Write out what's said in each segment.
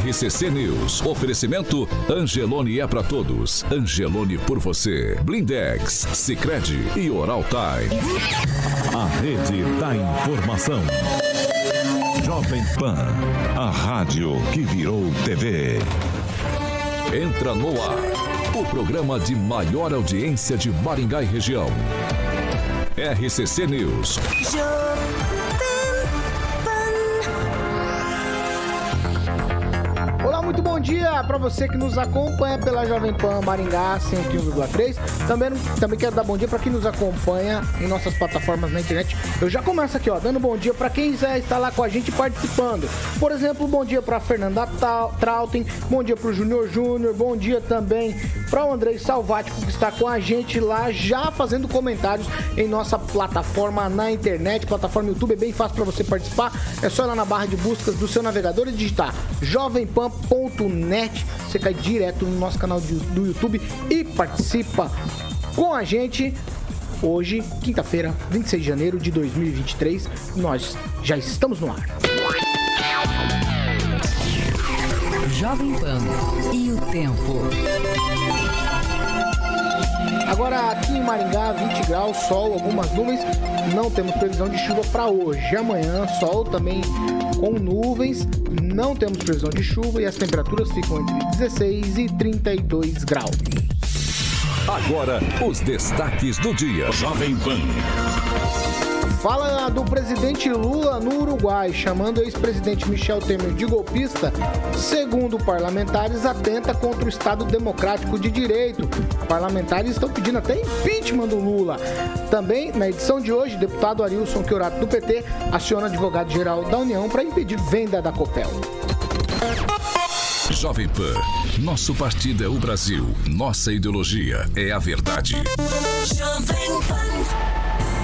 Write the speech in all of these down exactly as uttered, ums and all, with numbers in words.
R C C News. Oferecimento Angelone é pra todos. Angelone por você. Blindex, Sicredi e Oral Time. A rede da informação. Jovem Pan, a rádio que virou T V. Entra no ar, o programa de maior audiência de Maringá e região. R C C News. Olá, muito bom dia para você que nos acompanha pela Jovem Pan Maringá cento e um vírgula três. Também, também quero dar bom dia para quem nos acompanha em nossas plataformas na internet. Eu já começo aqui, ó, dando bom dia para quem já está lá com a gente participando. Por exemplo, bom dia para Fernanda Trautem, bom dia para o Júnior Júnior, bom dia também para o Andrei Salvático, que está com a gente lá já fazendo comentários em nossa plataforma na internet. Plataforma YouTube é bem fácil para você participar. É só ir lá na barra de buscas do seu navegador e digitar jovem pan ponto net. Você cai direto no nosso canal do YouTube e participa com a gente. Hoje, quinta-feira, vinte e seis de janeiro de dois mil e vinte e três, nós já estamos no ar. Jovem Pan e o tempo. Agora aqui em Maringá, vinte graus, sol, algumas nuvens. Não temos previsão de chuva para hoje. Amanhã, sol também com nuvens. Não temos previsão de chuva e as temperaturas ficam entre dezesseis e trinta e dois graus. Agora, os destaques do dia. Jovem Pan. Fala do presidente Lula no Uruguai, chamando o ex-presidente Michel Temer de golpista. Segundo parlamentares, atenta contra o Estado Democrático de Direito. Parlamentares estão pedindo até impeachment do Lula. Também, na edição de hoje, deputado Arilson Chiorato do P T aciona advogado-geral da União para impedir venda da Copel. Jovem Pan, nosso partido é o Brasil, nossa ideologia é a verdade. Jovem Pan.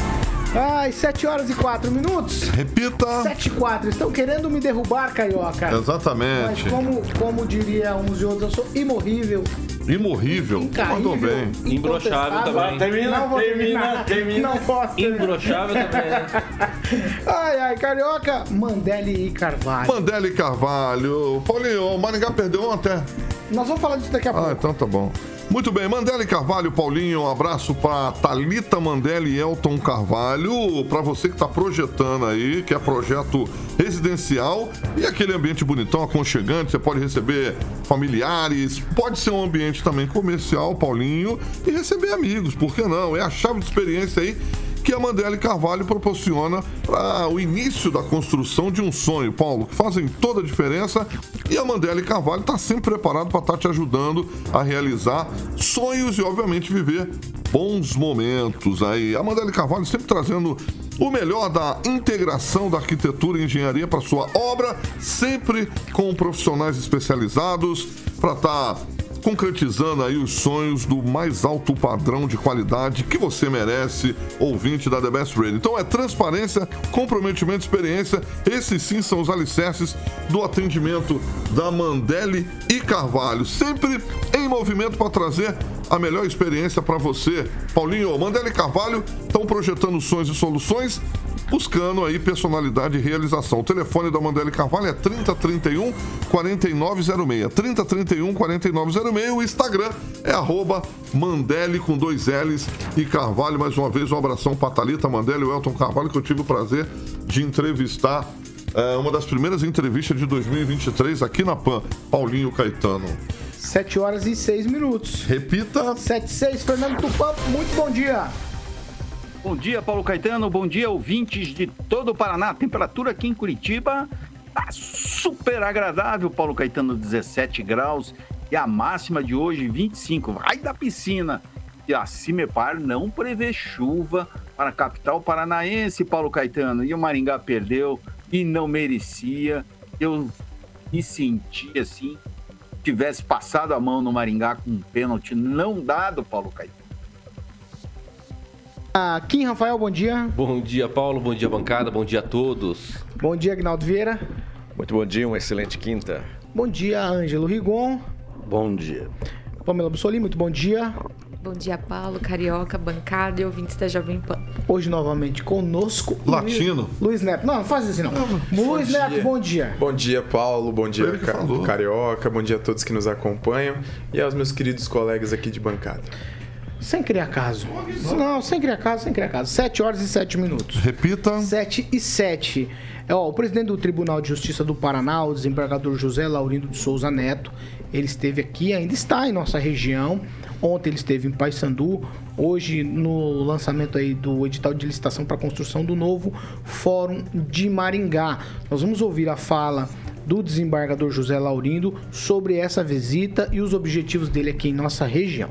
Ai, sete horas e quatro minutos. Repita. sete e quatro. Estão querendo me derrubar, carioca. Exatamente. Mas como, como diria uns e outros, eu sou imorrível. Imorrível? Mandou bem. Imbrochável também. Termina, não vou termina, terminar. termina. Não posso. Imbrochável também. Ai, ai, carioca. Mandelli e Carvalho. Mandelli e Carvalho. Paulinho, o Maringá perdeu ontem. Nós vamos falar disso daqui a pouco. Ah, então tá bom. Muito bem, Mandelli Carvalho, Paulinho, um abraço para Thalita Mandelli e Elton Carvalho, para você que está projetando aí, que é projeto residencial e aquele ambiente bonitão, aconchegante, você pode receber familiares, pode ser um ambiente também comercial, Paulinho, e receber amigos, por que não? É a chave de experiência aí que a Mandelli Carvalho proporciona para o início da construção de um sonho, Paulo, que fazem toda a diferença, e a Mandelli Carvalho está sempre preparado para estar tá te ajudando a realizar sonhos e, obviamente, viver bons momentos aí. A Mandelli Carvalho sempre trazendo o melhor da integração da arquitetura e engenharia para sua obra, sempre com profissionais especializados para estar tá concretizando aí os sonhos do mais alto padrão de qualidade que você merece, ouvinte da The Best Radio. Então é transparência, comprometimento, experiência. Esses sim são os alicerces do atendimento da Mandelli e Carvalho. Sempre em movimento para trazer a melhor experiência para você. Paulinho, Mandelli e Carvalho estão projetando sonhos e soluções, buscando aí personalidade e realização. O telefone da Mandelli Carvalho é trinta, trinta e um, quarenta e nove zero seis. trinta, trinta e um, quarenta e nove zero seis. O Instagram é arroba Mandelli com dois L's e Carvalho. Mais uma vez, um abração para Thalita Mandelli e o Elton Carvalho, que eu tive o prazer de entrevistar. É, uma das primeiras entrevistas de dois mil e vinte e três aqui na Pan. Paulinho Caetano. sete horas e seis minutos. Repita. sete e seis, Fernando Tupã, muito bom dia. Bom dia, Paulo Caetano. Bom dia, ouvintes de todo o Paraná. A temperatura aqui em Curitiba tá super agradável, Paulo Caetano, dezessete graus. E a máxima de hoje, vinte e cinco. Vai da piscina. E a Cimepar não prevê chuva para a capital paranaense, Paulo Caetano. E o Maringá perdeu e não merecia. Eu me senti assim, tivesse passado a mão no Maringá com um pênalti não dado, Paulo Caetano. Ah, Kim Rafael, bom dia. Bom dia, Paulo. Bom dia, bancada. Bom dia a todos. Bom dia, Aguinaldo Vieira. Muito bom dia, uma excelente quinta. Bom dia, Ângelo Rigon. Bom dia. Pamela Bussolini, muito bom dia. Bom dia, Paulo, Carioca, bancada e ouvintes da Jovem Pan. Hoje, novamente, conosco... Latino. Luiz, Luiz Neto. Não, não faz assim, não. não Luiz Neto, dia. bom dia. Bom dia, Paulo. Bom dia, Ca... Carioca. Bom dia a todos que nos acompanham e aos meus queridos colegas aqui de bancada. Sem criar caso. Não, sem criar caso, sem criar caso. sete horas e sete minutos. Repita. sete e sete. É, ó, o presidente do Tribunal de Justiça do Paraná, o desembargador José Laurindo de Souza Neto, ele esteve aqui, ainda está em nossa região. Ontem ele esteve em Paysandu, hoje no lançamento aí do edital de licitação para a construção do novo Fórum de Maringá. Nós vamos ouvir a fala do desembargador José Laurindo sobre essa visita e os objetivos dele aqui em nossa região.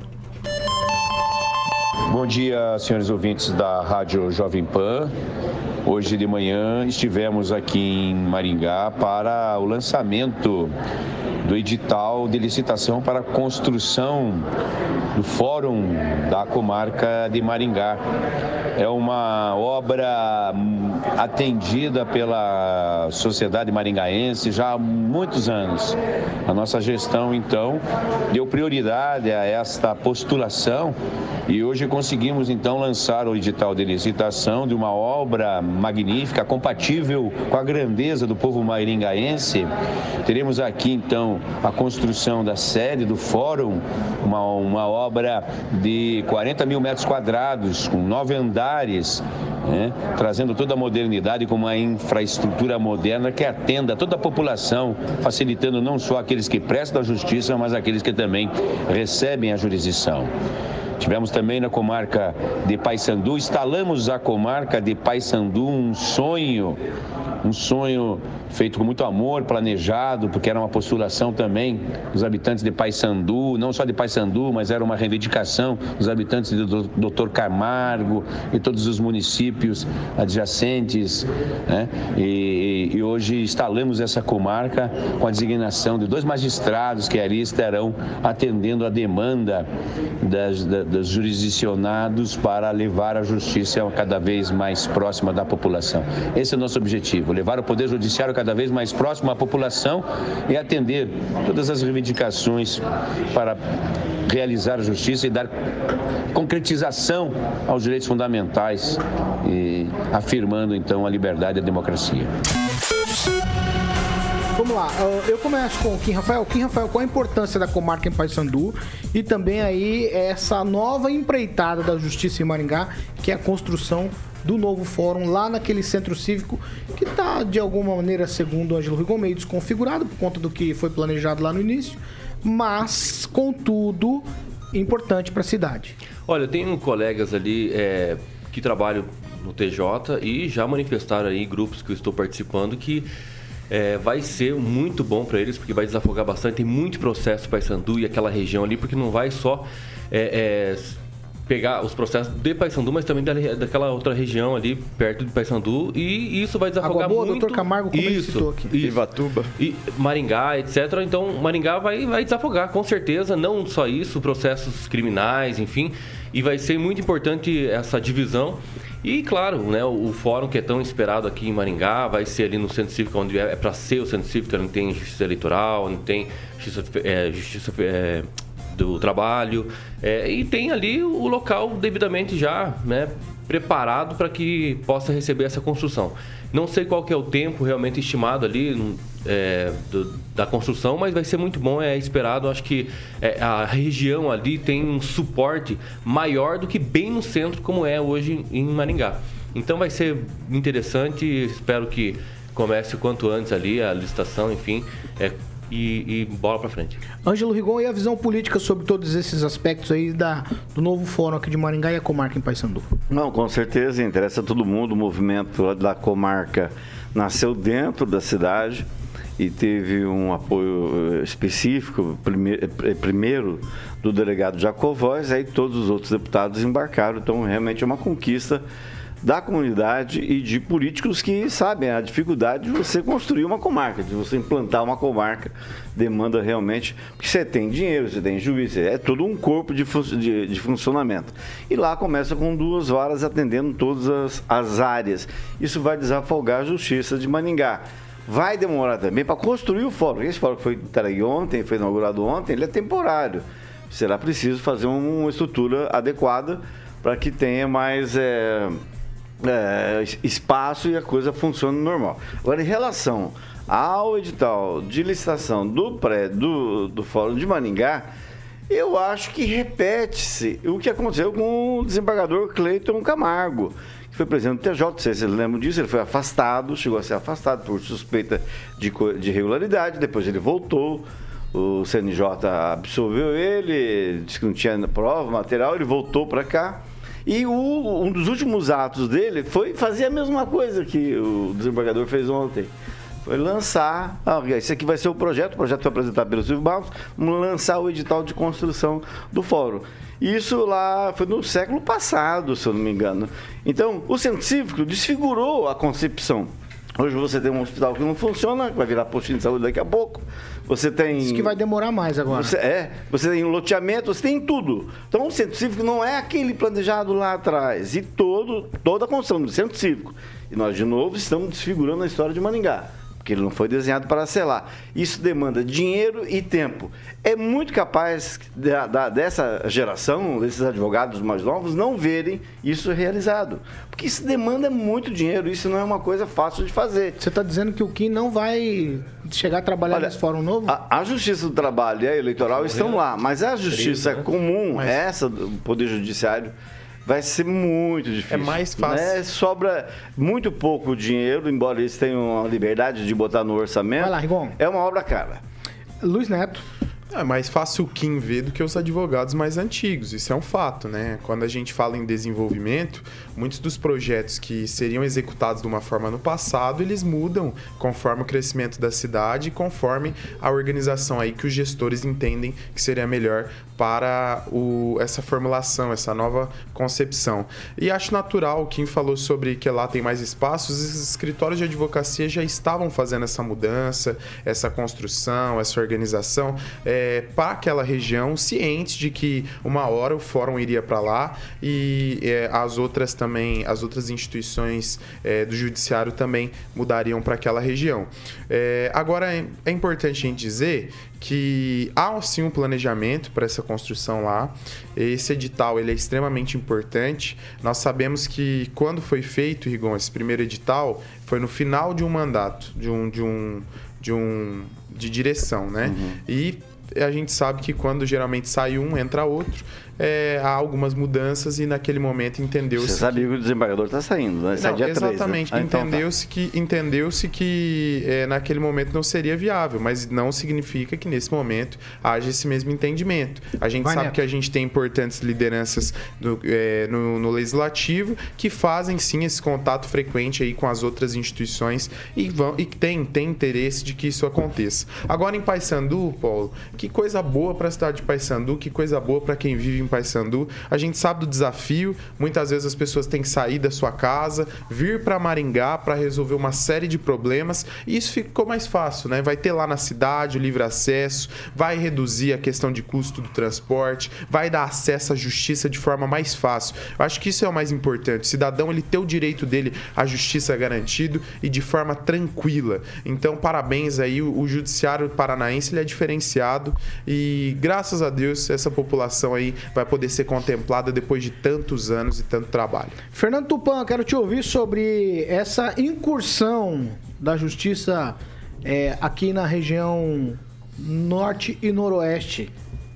Bom dia, senhores ouvintes da Rádio Jovem Pan. Hoje de manhã estivemos aqui em Maringá para o lançamento do edital de licitação para a construção do Fórum da Comarca de Maringá. É uma obra atendida pela sociedade maringaense já há muitos anos. A nossa gestão, então, deu prioridade a esta postulação e hoje conseguimos, então, lançar o edital de licitação de uma obra magnífica, compatível com a grandeza do povo maringaense. Teremos aqui, então, a construção da sede do Fórum, uma, uma obra de quarenta mil metros quadrados, com nove andares, né, trazendo toda a modernidade com uma infraestrutura moderna que atenda a toda a população, facilitando não só aqueles que prestam a justiça, mas aqueles que também recebem a jurisdição. Tivemos também na comarca de Paysandu, instalamos a comarca de Paysandu, um sonho, um sonho feito com muito amor, planejado, porque era uma postulação também dos habitantes de Paysandu, não só de Paysandu, mas era uma reivindicação dos habitantes do doutor Camargo e todos os municípios adjacentes, né? E, e hoje instalamos essa comarca com a designação de dois magistrados que ali estarão atendendo a demanda das, das, dos jurisdicionados para levar a justiça cada vez mais próxima da população. Esse é o nosso objetivo, levar o Poder Judiciário cada vez mais próximo à população e atender todas as reivindicações para realizar a justiça e dar concretização aos direitos fundamentais, e afirmando então a liberdade e a democracia. Vamos lá, eu começo com o Kim Rafael. Kim Rafael, qual a importância da comarca em Paysandu e também aí essa nova empreitada da Justiça em Maringá, que é a construção do novo fórum lá naquele centro cívico que está, de alguma maneira, segundo o Ângelo Rigon, meio desconfigurado por conta do que foi planejado lá no início, mas, contudo, importante para a cidade. Olha, eu tenho colegas ali é, que trabalham no T J e já manifestaram aí, grupos que eu estou participando, que é, vai ser muito bom para eles, porque vai desafogar bastante. Tem muito processo para Paysandu e aquela região ali, porque não vai só É, é, pegar os processos de Paysandu, mas também da, daquela outra região ali, perto de Paysandu, e isso vai desafogar Água Boa, muito... doutor Camargo, como ele citou aqui. Isso. Ivatuba. E Maringá, etcétera. Então, Maringá vai, vai desafogar, com certeza, não só isso, processos criminais, enfim, e vai ser muito importante essa divisão. E, claro, né, o, o fórum que é tão esperado aqui em Maringá vai ser ali no Centro Cívico, onde é, é para ser o Centro Cívico, onde tem justiça eleitoral, onde tem justiça... É, justiça é, do trabalho, é, e tem ali o local devidamente já, né, preparado para que possa receber essa construção. Não sei qual que é o tempo realmente estimado ali é, do, da construção, mas vai ser muito bom, é esperado. Acho que é, a região ali tem um suporte maior do que bem no centro, como é hoje em Maringá. Então vai ser interessante, espero que comece o quanto antes ali a licitação, enfim, é, E, e bola para frente. Ângelo Rigon, e a visão política sobre todos esses aspectos aí da, do novo fórum aqui de Maringá e a comarca em Paysandu? Não, com certeza, interessa a todo mundo. O movimento da comarca nasceu dentro da cidade e teve um apoio específico, primeiro, primeiro do delegado Jacovós, aí todos os outros deputados embarcaram. Então, realmente é uma conquista da comunidade e de políticos que sabem a dificuldade de você construir uma comarca, de você implantar uma comarca, demanda realmente, porque você tem dinheiro, você tem juiz, é todo um corpo de, fun- de, de funcionamento. E lá começa com duas varas atendendo todas as, as áreas. Isso vai desafogar a justiça de Maringá. Vai demorar também para construir o fórum. Esse fórum que foi entregue ontem, foi inaugurado ontem, ele é temporário. será preciso fazer uma estrutura adequada para que tenha mais é, é, espaço e a coisa funcione normal. Agora, em relação ao edital de licitação do prédio do, do Fórum de Maringá, eu acho que repete-se o que aconteceu com o desembargador Cleiton Camargo, que foi presidente do T J, não sei se vocês lembram disso, ele foi afastado, chegou a ser afastado por suspeita de, de irregularidade, depois ele voltou, o C N J absolveu ele, disse que não tinha prova, material, ele voltou para cá. E o, um dos últimos atos dele foi fazer a mesma coisa que o desembargador fez ontem. Foi lançar, ah, esse aqui vai ser o projeto, o projeto foi apresentado pelo Silvio Barros, vamos lançar o edital de construção do fórum. Isso lá foi no século passado, se eu não me engano. Então, o Centro Cívico desfigurou a concepção. Hoje você tem um hospital que não funciona, que vai virar postinho de saúde daqui a pouco. Você tem... Diz que vai demorar mais agora. Você, é, você tem um loteamento, você tem tudo. Então, o Centro Cívico não é aquele planejado lá atrás. E todo, toda a construção do Centro Cívico. E nós, de novo, estamos desfigurando a história de Maringá, porque ele não foi desenhado para ser lá. Isso demanda dinheiro e tempo. É muito capaz da, da, dessa geração, desses advogados mais novos, não verem isso realizado. Porque isso demanda muito dinheiro, isso não é uma coisa fácil de fazer. Você está dizendo que o Kim não vai chegar a trabalhar Olha, nesse fórum novo? A, a Justiça do Trabalho e a Eleitoral estão lá, mas a Justiça comum, mas... essa do Poder Judiciário, vai ser muito difícil. É mais fácil. Né? Sobra muito pouco dinheiro, embora eles tenham a liberdade de botar no orçamento. Vai lá, Rigon. É uma obra cara. Luiz Neto. É mais fácil o Kim ver do que os advogados mais antigos, isso é um fato, né? Quando a gente fala em desenvolvimento, muitos dos projetos que seriam executados de uma forma no passado, eles mudam conforme o crescimento da cidade e conforme a organização aí que os gestores entendem que seria melhor para o, essa formulação, essa nova concepção. E acho natural, o Kim falou sobre que lá tem mais espaços, os escritórios de advocacia já estavam fazendo essa mudança, essa construção, essa organização, é, para aquela região, cientes de que uma hora o fórum iria para lá e é, as outras também, as outras instituições é, do judiciário também mudariam para aquela região. É, agora, é, é importante a gente dizer que há sim um planejamento para essa construção lá. Esse edital ele é extremamente importante. Nós sabemos que quando foi feito, Rigon, esse primeiro edital, foi no final de um mandato, de um, de um, de um, de direção, né? Uhum. E a gente sabe que quando geralmente sai um, entra outro. É, há algumas mudanças e naquele momento entendeu-se... Você sabe que o desembargador está saindo, né? Sai não, dia exatamente. três, né? Ah, entendeu-se então tá. que, entendeu-se que é, naquele momento não seria viável, mas não significa que nesse momento haja esse mesmo entendimento. A gente Vai, sabe Neto. que a gente tem importantes lideranças no, é, no, no Legislativo que fazem sim esse contato frequente aí com as outras instituições e, vão, e tem, tem interesse de que isso aconteça. Agora em Paysandu, Paulo, que coisa boa para a cidade de Paysandu, que coisa boa para quem vive em Paysandu. A gente sabe do desafio, muitas vezes as pessoas têm que sair da sua casa, vir para Maringá para resolver uma série de problemas e isso ficou mais fácil, né? Vai ter lá na cidade o livre acesso, vai reduzir a questão de custo do transporte, vai dar acesso à justiça de forma mais fácil. Eu acho que isso é o mais importante, o cidadão ele ter o direito dele à justiça garantido e de forma tranquila. Então, parabéns aí, o, o judiciário paranaense ele é diferenciado e graças a Deus essa população aí vai poder ser contemplada depois de tantos anos e tanto trabalho. Fernando Tupan, quero te ouvir sobre essa incursão da justiça é, aqui na região norte e noroeste.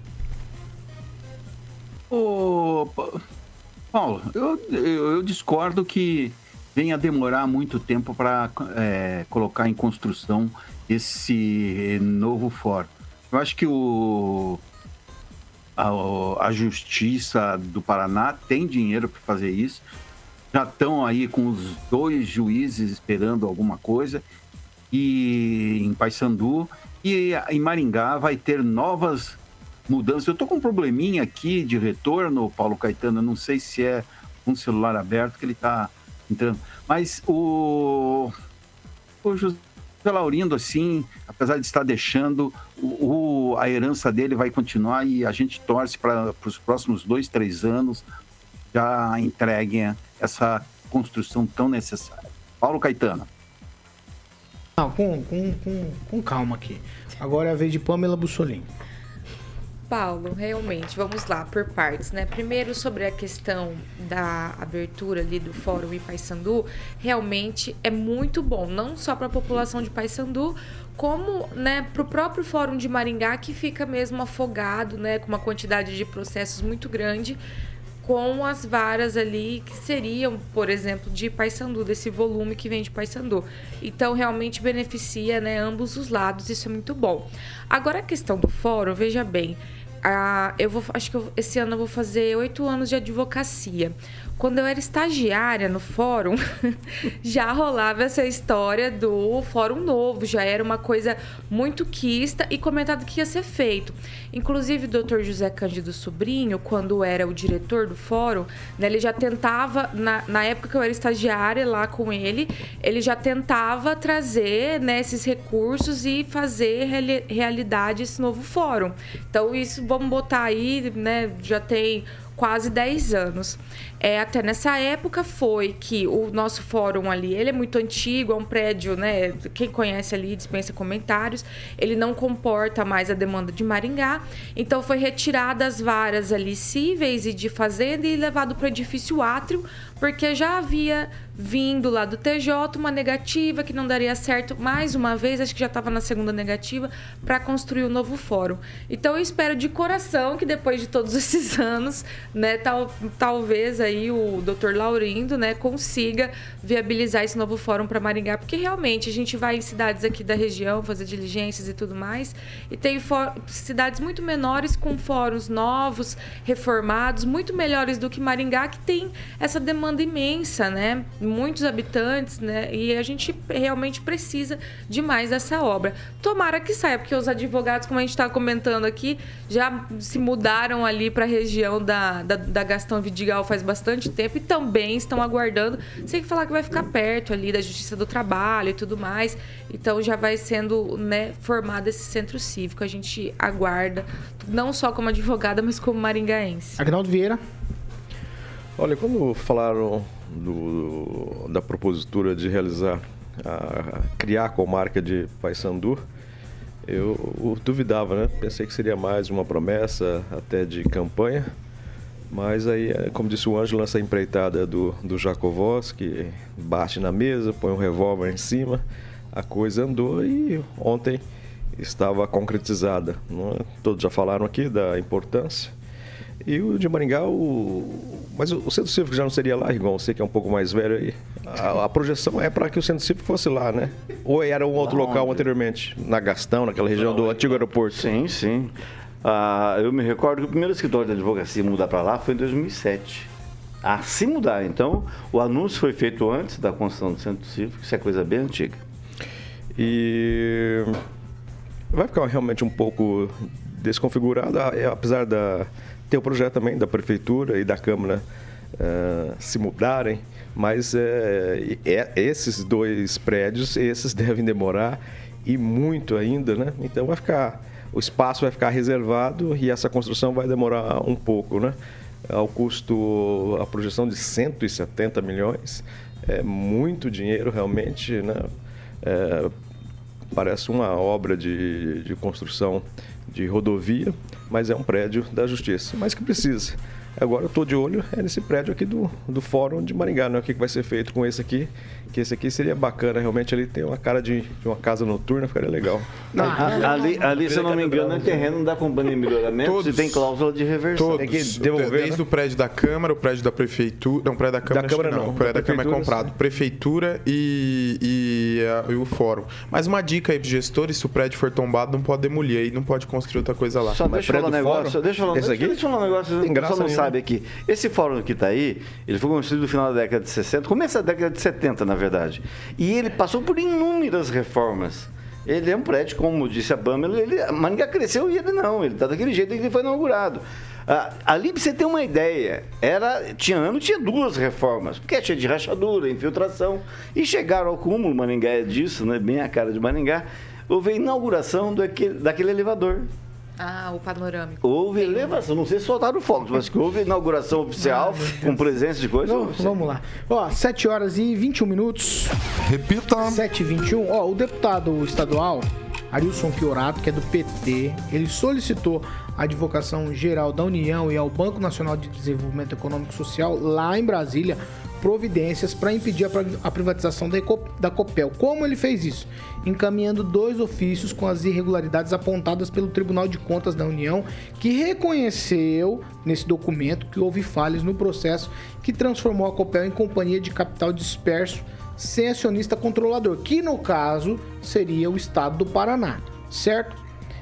Ô, Paulo, eu, eu, eu discordo que venha demorar muito tempo para é, colocar em construção esse novo fórum. Eu acho que o A, a Justiça do Paraná tem dinheiro para fazer isso. Já estão aí com os dois juízes esperando alguma coisa. E em Paysandu e em Maringá vai ter novas mudanças. Eu estou com um probleminha aqui de retorno, Paulo Caetano. Não sei se é um celular aberto que ele está entrando. Mas o, o José Laurindo, assim, apesar de estar deixando, o, o, a herança dele vai continuar e a gente torce para os próximos dois, três anos já entreguem essa construção tão necessária. Paulo Caetano. Não, com, com, com, com calma aqui. Agora é a vez de Pamela Bussolini. Paulo, realmente, vamos lá, por partes, né? Primeiro, sobre a questão da abertura ali do Fórum em Paysandu, realmente é muito bom, não só para a população de Paysandu, como, né, para o próprio Fórum de Maringá, que fica mesmo afogado, né, com uma quantidade de processos muito grande, com as varas ali que seriam, por exemplo, de Paysandu, desse volume que vem de Paysandu. Então, realmente beneficia, né, ambos os lados, isso é muito bom. Agora, a questão do fórum, veja bem, a, eu vou, acho que eu, esse ano eu vou fazer oito anos de advocacia. Quando eu era estagiária no fórum, já rolava essa história do fórum novo, já era uma coisa muito quista e comentado que ia ser feito. Inclusive, o doutor José Cândido Sobrinho, quando era o diretor do fórum, né, ele já tentava, na, na época que eu era estagiária lá com ele, ele já tentava trazer, né, esses recursos e fazer reali- realidade esse novo fórum. Então, isso, vamos botar aí, né, já tem quase dez anos. É, até nessa época foi que o nosso fórum ali, ele é muito antigo, é um prédio, né? Quem conhece ali dispensa comentários. Ele não comporta mais a demanda de Maringá. Então foi retirada as varas ali cíveis e de fazenda e levado para o edifício átrio, porque já havia vindo lá do T J uma negativa que não daria certo mais uma vez, acho que já estava na segunda negativa, para construir o um novo fórum. Então eu espero de coração que depois de todos esses anos, né, tal, talvez aí o doutor Laurindo, né, consiga viabilizar esse novo fórum para Maringá, porque realmente a gente vai em cidades aqui da região fazer diligências e tudo mais, e tem for- cidades muito menores com fóruns novos, reformados, muito melhores do que Maringá, que tem essa demanda imensa, né? Muitos habitantes, né? E a gente realmente precisa demais dessa obra. Tomara que saia, porque os advogados, como a gente está comentando aqui, já se mudaram ali para a região da, da, da Gastão Vidigal faz bastante tempo e também estão aguardando, sem falar que vai ficar perto ali da Justiça do Trabalho e tudo mais. Então já vai sendo, né, formado esse centro cívico. A gente aguarda, não só como advogada, mas como maringaense. Agnaldo Vieira. Olha, quando falaram do, da propositura de realizar, a, criar a comarca de Paysandu, eu, eu duvidava, né? Pensei que seria mais uma promessa até de campanha, mas aí, como disse o Ângelo, essa empreitada do, do Jacovós, que bate na mesa, põe um revólver em cima, a coisa andou e ontem estava concretizada. Não é? Todos já falaram aqui da importância. E o de Maringá, o... mas o Centro Cívico já não seria lá, Rigon? Você que é um pouco mais velho aí. A, a projeção é para que o Centro Cívico fosse lá, né? Ou era um outro lá local onde? Anteriormente? Na Gastão, naquela região não, do antigo aeroporto? Sim, sim. Ah, eu me recordo que o primeiro escritório de advocacia mudar para lá foi em dois mil e sete. Ah, se mudar. Então, o anúncio foi feito antes da construção do Centro Cívico. Isso é coisa bem antiga. E vai ficar realmente um pouco desconfigurado, apesar da... Tem o projeto também da Prefeitura e da Câmara uh, se mudarem, mas é, é, esses dois prédios, esses devem demorar e muito ainda, né? Então vai ficar, o espaço vai ficar reservado e essa construção vai demorar um pouco, né? Ao custo, a projeção de cento e setenta milhões, é muito dinheiro realmente, né? É, parece uma obra de, de construção de rodovia, mas é um prédio da Justiça, mas que precisa. Agora eu estou de olho é nesse prédio aqui do, do Fórum de Maringá, né? O que vai ser feito com esse aqui, que esse aqui seria bacana, realmente ele tem uma cara de, de uma casa noturna, ficaria legal. Não, ali, ali, se eu não me engano, é terreno da Companhia de Melhoramentos e tem cláusula de reversão. Todos, Tem que devolver, desde né? o prédio da Câmara, o prédio da Prefeitura... Não, o prédio da Câmara, Da Câmara acho que não. O prédio da, Da Câmara é Prefeitura, comprado. Prefeitura e, e, a- e o Fórum. Mas uma dica aí para os gestores, se o prédio for tombado, não pode demolir aí, não pode construir outra coisa lá. Só deixa eu falar um negócio, deixa eu falar, Esse aqui? deixa eu falar um negócio, Tem o graça pessoal não nenhuma. sabe aqui. Esse fórum que está aí, ele foi construído no final da década de sessenta, começo da década de setenta, na verdade. E ele passou por inúmeras reformas. Ele é um prédio, como disse a Pamela, ele, a Maringá cresceu e ele não, ele está daquele jeito que ele foi inaugurado. Ah, ali, para você ter uma ideia, era, tinha ano, tinha duas reformas, porque é cheio de rachadura, infiltração, e chegaram ao cúmulo, Maringá é disso, né, bem a cara de Maringá, houve a inauguração daquele, daquele elevador. Ah, o panorâmico. Houve elevação, não sei se soltaram fogos, mas que houve inauguração oficial com presença de coisa. Não, vamos lá. Ó, sete horas e vinte e um minutos. Repita. sete e vinte e um. Ó, o deputado estadual Arilson Chiorato, que é do P T, ele solicitou à Advocacia Geral da União e ao Banco Nacional de Desenvolvimento Econômico e Social, lá em Brasília, providências para impedir a privatização da Copel. Como ele fez isso? Encaminhando dois ofícios com as irregularidades apontadas pelo Tribunal de Contas da União, que reconheceu nesse documento que houve falhas no processo que transformou a Copel em companhia de capital disperso sem acionista controlador, que no caso seria o Estado do Paraná, certo?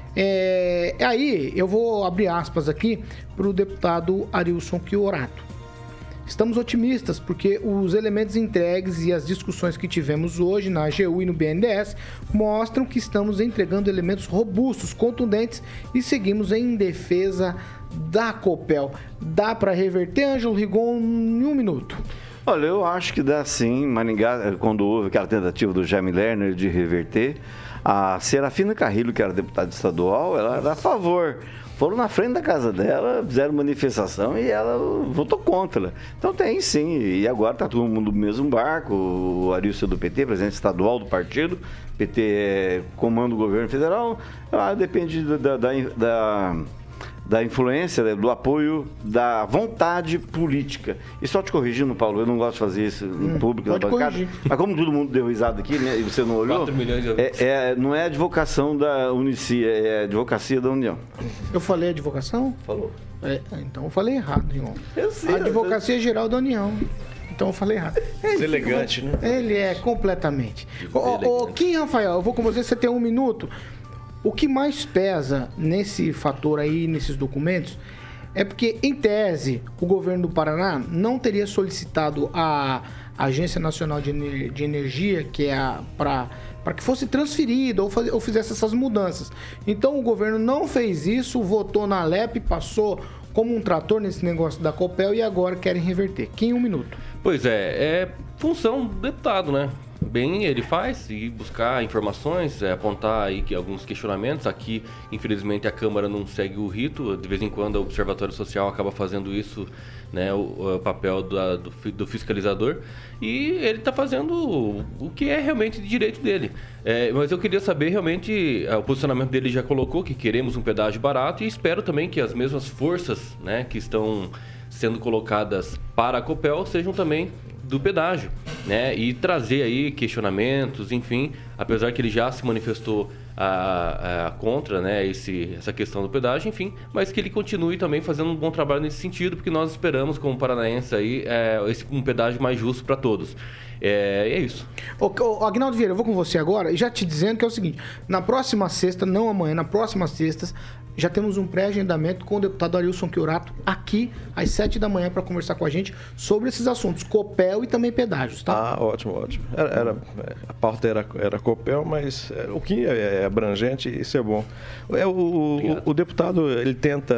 É, aí eu vou abrir aspas aqui para o deputado Arilson Chiorato. Estamos otimistas porque os elementos entregues e as discussões que tivemos hoje na A G U e no B N D E S mostram que estamos entregando elementos robustos, contundentes e seguimos em defesa da Copel. Dá para reverter, Ângelo Rigon, em um minuto? Olha, eu acho que dá sim. Maringá, quando houve aquela tentativa do Jaime Lerner de reverter, a Serafina Carrilho, que era deputada estadual, ela era a favor. Foram na frente da casa dela, fizeram manifestação e ela votou contra. Então tem sim, e agora está todo mundo no mesmo barco. O Arilson é do P T, presidente estadual do partido, P T é, comanda o governo federal, ah, depende da, da, da, da influência, do apoio, da vontade política. E só te corrigindo, Paulo, eu não gosto de fazer isso em hum, público, na bancada, corrigir. Mas como todo mundo deu risada aqui, né, e você não olhou, quatro milhões de é, é, não é advocação da Unicia, é a advocacia da União. Eu falei advocação? Falou. É, então eu falei errado, irmão. Eu sei, a Advocacia eu... Geral da União. Então eu falei errado. Ele, elegante, né? Ele é completamente. Ô, Kim Rafael, eu vou com você, você tem um minuto. O que mais pesa nesse fator aí, nesses documentos, é porque, em tese, o governo do Paraná não teria solicitado a Agência Nacional de Energia, que é a para para que fosse transferido ou, faz, ou fizesse essas mudanças. Então, o governo não fez isso, votou na L E P, passou como um trator nesse negócio da Copel e agora querem reverter. Kim, um minuto. Pois é, é função do deputado, né? Bem, ele faz e buscar informações, é, apontar aí que alguns questionamentos. Aqui, infelizmente, a Câmara não segue o rito. De vez em quando, o Observatório Social acaba fazendo isso, né, o, o papel do, do, do fiscalizador. E ele está fazendo o, o que é realmente de direito dele. É, mas eu queria saber, realmente, o posicionamento dele já colocou que queremos um pedágio barato e espero também que as mesmas forças, né, que estão sendo colocadas para a Copel sejam também do pedágio, né? E trazer aí questionamentos, enfim, apesar que ele já se manifestou a, a, contra, né, esse, essa questão do pedágio, enfim, mas que ele continue também fazendo um bom trabalho nesse sentido, porque nós esperamos, como paranaense, aí, é, esse, um pedágio mais justo para todos. É, é isso. Ô, ô, Agnaldo Vieira, eu vou com você agora, e já te dizendo que é o seguinte, na próxima sexta, não amanhã, na próxima sexta, já temos um pré-agendamento com o deputado Arilson Chiorato aqui às sete da manhã para conversar com a gente sobre esses assuntos, Copel e também pedágios, tá? Ah, ótimo, ótimo. Era, era, a pauta era, era Copel, mas o que é, é abrangente, isso é bom. É, o, o, o deputado, ele tenta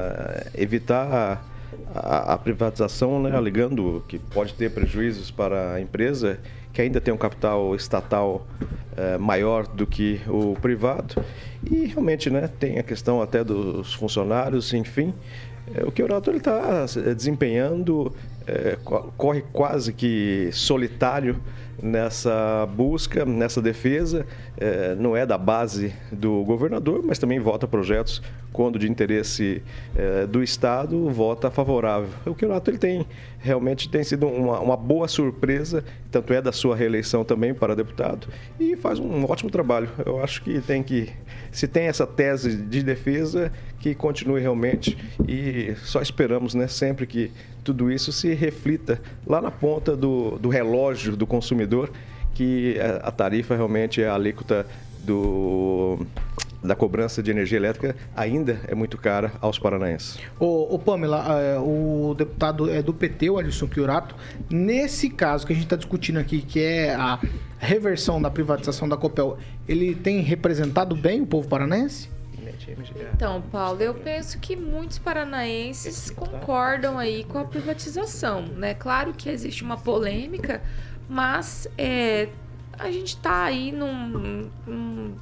evitar a, a privatização, né, alegando que pode ter prejuízos para a empresa, que ainda tem um capital estatal é, maior do que o privado. E realmente, né, tem a questão até dos funcionários, enfim. É, o Chiorato está desempenhando, é, corre quase que solitário nessa busca, nessa defesa. É, não é da base do governador, mas também vota projetos quando de interesse é, do Estado, vota favorável. O Chiorato, ele tem, realmente tem sido uma, uma boa surpresa, tanto é da sua reeleição também para deputado, e faz um ótimo trabalho. Eu acho que tem que, se tem essa tese de defesa, que continue realmente, e só esperamos, né, sempre que tudo isso se reflita lá na ponta do, do relógio do consumidor, que a tarifa realmente, a alíquota do, da cobrança de energia elétrica ainda é muito cara aos paranaenses. Ô, ô Pamela, o deputado é do P T, o Arilson Chiorato, nesse caso que a gente está discutindo aqui, que é a reversão da privatização da Copel, ele tem representado bem o povo paranaense? Então, Paulo, eu penso que muitos paranaenses concordam aí com a privatização, né? Claro que existe uma polêmica, mas é, a gente está aí num, num,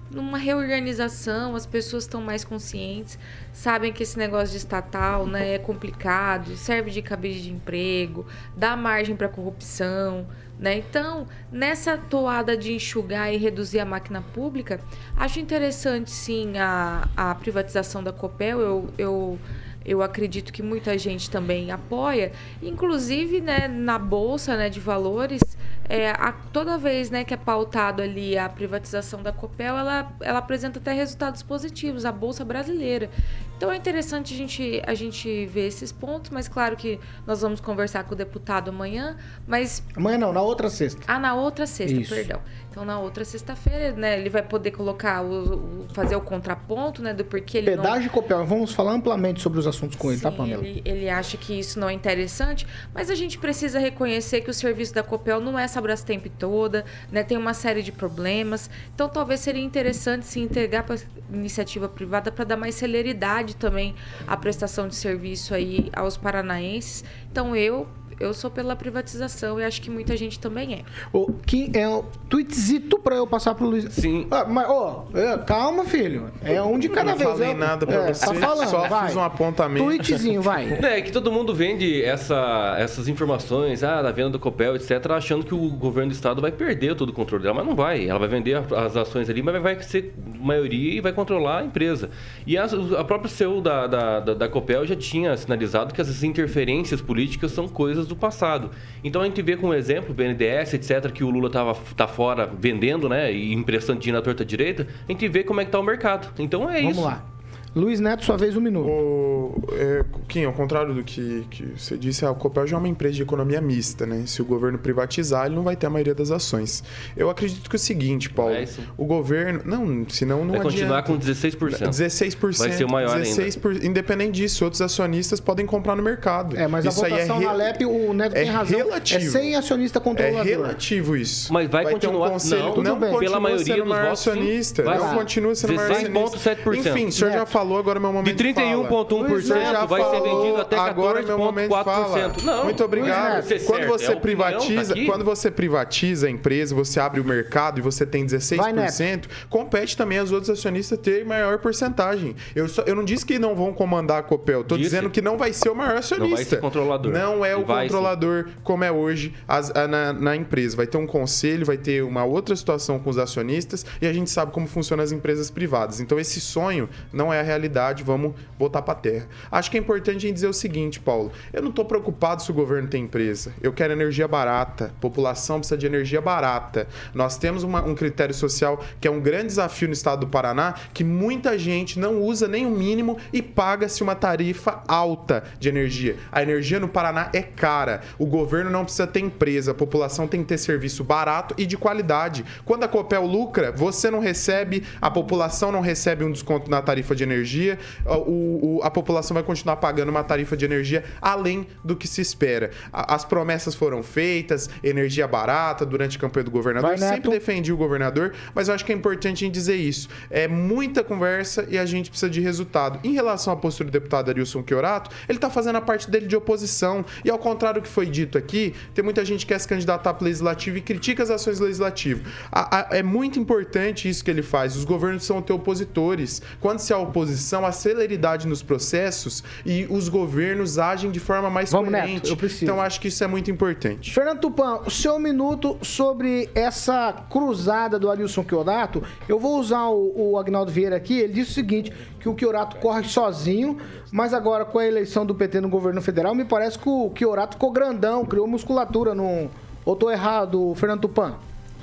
numa reorganização, as pessoas estão mais conscientes, sabem que esse negócio de estatal, né, é complicado, serve de cabide de emprego, dá margem para corrupção, né? Então, nessa toada de enxugar e reduzir a máquina pública, acho interessante, sim, a, a privatização da Copel. Eu, eu, eu acredito que muita gente também apoia, inclusive, né, na Bolsa, né, de Valores, é, a, toda vez, né, que é pautado ali a privatização da Copel, ela, ela apresenta até resultados positivos, a Bolsa brasileira. Então é interessante a gente, a gente ver esses pontos, mas claro que nós vamos conversar com o deputado amanhã, mas... Amanhã não, na outra sexta. Ah, na outra sexta, Isso. perdão. Então na outra sexta-feira, né, ele vai poder colocar, o, o, fazer o contraponto, né, do porquê ele Pedágio não... e Copel, vamos falar amplamente sobre os assuntos com ele, Sim, tá, Pamela? Ele, ele acha que isso não é interessante, mas a gente precisa reconhecer que o serviço da Copel não é essa Brastemp toda, né, tem uma série de problemas, então talvez seria interessante se integrar para iniciativa privada para dar mais celeridade também à prestação de serviço aí aos paranaenses. Então eu eu sou pela privatização e acho que muita gente também é. O que é um tweetzito pra eu passar pro Luiz. Sim. Ah, mas, ó, é, calma, filho. É um de cada não vez. Não falei eu, nada pra é, você, tá falando, só vai. fiz um apontamento. Tweetzinho, vai. É que todo mundo vende essa, essas informações, ah, da venda do Copel, etcétera, achando que o governo do estado vai perder todo o controle dela, mas não vai. Ela vai vender as ações ali, mas vai ser maioria e vai controlar a empresa. E a, a própria C E O da, da, da, da Copel já tinha sinalizado que essas interferências políticas são coisas do passado. Então a gente vê como exemplo, o B N D E S, etcétera, que o Lula tava, tá fora vendendo, né, e emprestando dinheiro à torta direita, a gente vê como é que tá o mercado. Então é Vamos isso. Vamos lá. Luiz Neto, sua vez, um minuto. O, é, Kim, ao contrário do que, que você disse, a Copel já é uma empresa de economia mista, né? Se o governo privatizar, ele não vai ter a maioria das ações. Eu acredito que é o seguinte, Paulo, é o governo... Não, senão não vai adianta. Vai continuar com dezesseis por cento. dezesseis por cento. Vai ser o maior dezesseis por cento, ainda. Independente disso, outros acionistas podem comprar no mercado. É, mas isso a votação aí é na re... L E P, o Neto é tem razão, relativo. é sem acionista controlador. É relativo isso. Mas vai, vai continuar... Ter um conselho, não, não pela maioria sendo dos maior votos, acionista. vai não lá. continua sendo maior acionista. dezesseis vírgula sete por cento. Enfim, o senhor já falou, agora é meu momento de trinta e um vírgula um por cento vai ser vendido até quatorze vírgula quatro por cento. Não, muito obrigado. Quando você é privatiza, tá quando você privatiza a empresa, você abre o mercado e você tem dezesseis por cento, vai, compete também aos outros acionistas terem maior porcentagem. Eu, só, eu não disse que não vão comandar a Copel, estou dizendo que não vai ser o maior acionista. Não vai ser controlador. Não é e o controlador sim. como é hoje as, a, na, na empresa. Vai ter um conselho, vai ter uma outra situação com os acionistas e a gente sabe como funcionam as empresas privadas. Então esse sonho não é a realidade, vamos botar para terra. Acho que é importante a gente dizer o seguinte, Paulo, eu não estou preocupado se o governo tem empresa, eu quero energia barata, a população precisa de energia barata. Nós temos uma, um critério social que é um grande desafio no estado do Paraná, que muita gente não usa nem o mínimo e paga-se uma tarifa alta de energia. A energia no Paraná é cara, o governo não precisa ter empresa, a população tem que ter serviço barato e de qualidade. Quando a Copel lucra, você não recebe, a população não recebe um desconto na tarifa de energia, o, o, a população vai continuar pagando uma tarifa de energia além do que se espera. As promessas foram feitas, energia barata durante a campanha do governador. Vai, sempre defendi o governador, mas eu acho que é importante a gente dizer isso. É muita conversa e a gente precisa de resultado. Em relação à postura do deputado Arilson Chiorato, ele está fazendo a parte dele de oposição. E ao contrário do que foi dito aqui, tem muita gente que quer se candidatar para o legislativo e critica as ações legislativas. É muito importante isso que ele faz. Os governos são ter opositores. Quando se há oposição, há celeridade nos processos e os governos agem de forma mais Vamos, coerente. Neto, eu preciso. Então, acho que isso é muito importante. Fernando Tupan, o seu minuto sobre essa cruzada do Arilson Chiorato. Eu vou usar o, o Agnaldo Vieira aqui. Ele disse o seguinte, que o Chiorato corre sozinho, mas agora com a eleição do P T no governo federal, me parece que o Chiorato ficou grandão, criou musculatura. No... Ou tô errado, Fernando Tupan?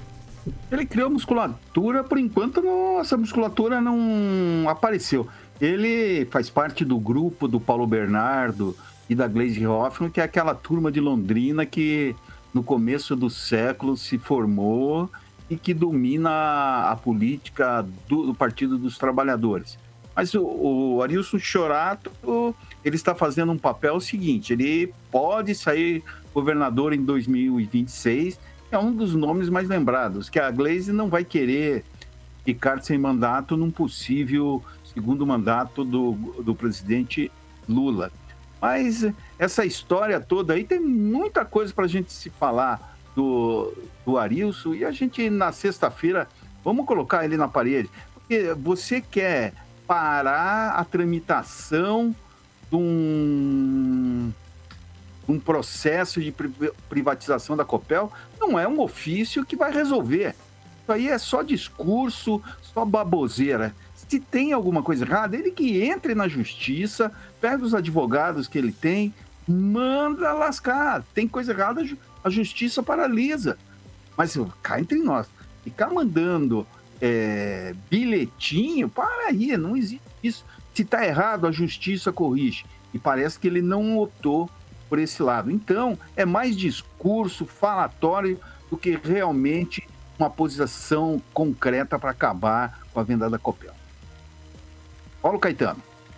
Ele criou musculatura, por enquanto não, essa musculatura não apareceu. Ele faz parte do grupo do Paulo Bernardo e da Gleisi Hoffmann, que é aquela turma de Londrina que no começo do século se formou e que domina a política do, do Partido dos Trabalhadores. Mas o, o Arilson Chiorato, ele está fazendo um papel seguinte, ele pode sair governador em dois mil e vinte e seis, é um dos nomes mais lembrados, que a Gleisi não vai querer ficar sem mandato num possível segundo mandato do, do presidente Lula. Mas essa história toda aí tem muita coisa para a gente se falar do, do Arilson, e a gente na sexta-feira, vamos colocar ele na parede. Porque você quer parar a tramitação de um, um processo de privatização da Copel, não é um ofício que vai resolver. Isso aí é só discurso, só baboseira. Se tem alguma coisa errada, ele que entre na justiça, pega os advogados que ele tem, manda lascar. Tem coisa errada, a justiça paralisa. Mas cá entre nós, ficar mandando é, bilhetinho, para aí, não existe isso. Se está errado, a justiça corrige. E parece que ele não optou por esse lado. Então, é mais discurso falatório do que realmente uma posição concreta para acabar com a venda da Copel. Paulo Caetano.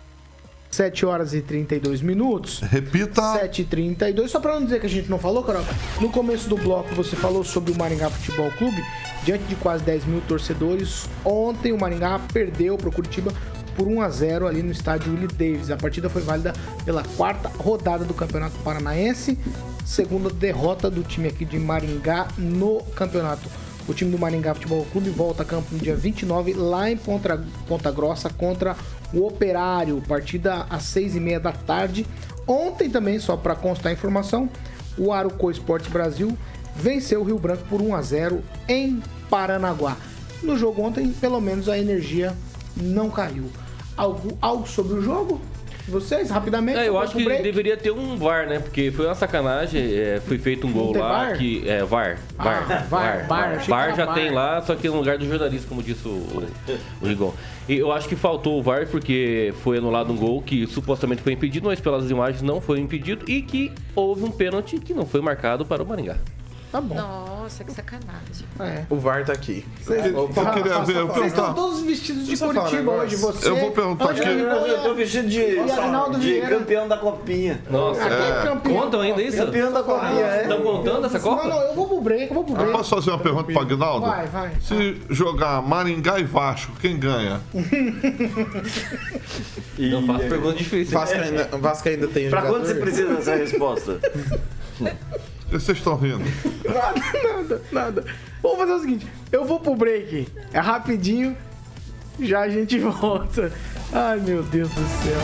sete horas e trinta e dois minutos. Repita. sete e trinta e dois. Só para não dizer que a gente não falou, Carol, no começo do bloco você falou sobre o Maringá Futebol Clube. Diante de quase dez mil torcedores, ontem o Maringá perdeu para o Curitiba por um a zero ali no estádio Willie Davis. A partida foi válida pela quarta rodada do Campeonato Paranaense, segunda derrota do time aqui de Maringá no campeonato. O time do Maringá Futebol Clube volta a campo no dia vinte e nove, lá em Ponta, Ponta Grossa, contra o Operário. Partida às seis e meia da tarde. Ontem também, só para constar a informação, o Arucó Esportes Brasil venceu o Rio Branco por um a zero em Paranaguá. No jogo ontem, pelo menos, a energia não caiu. Algo, algo sobre o jogo? Vocês, rapidamente? É, eu acho que break. Deveria ter um V A R, né? Porque foi uma sacanagem, é, foi feito um gol lá VAR? que... É, V A R. Ah, V A R. V A R, V A R. V A R já tem lá, só que no lugar do jornalista, como disse o, o, o Rigon. E eu acho que faltou o V A R porque foi anulado um gol que supostamente foi impedido, mas pelas imagens não foi impedido e que houve um pênalti que não foi marcado para o Maringá. Tá bom. Nossa, que sacanagem. É. O V A R tá aqui. Vocês estão todos vestidos de Curitiba hoje, você. Eu vou perguntar aqui. Eu tô vestido de, de campeão da Copinha. Nossa, é. campeão. Contam ainda isso? Campeão da Copinha, é. Estão contando essa Copa? Não, não, eu vou pro break, eu vou pro break. Eu posso fazer uma pergunta para Aguinaldo? Vai, vai. Se jogar Maringá e Vasco, quem ganha? Não faço pergunta difícil. Vasco ainda, Vasco ainda tem Pra jogador? quando você precisa dessa resposta? Vocês estão rindo? Nada, nada, nada. Vamos fazer o seguinte, eu vou pro break, é rapidinho, já a gente volta. Ai, meu Deus do céu.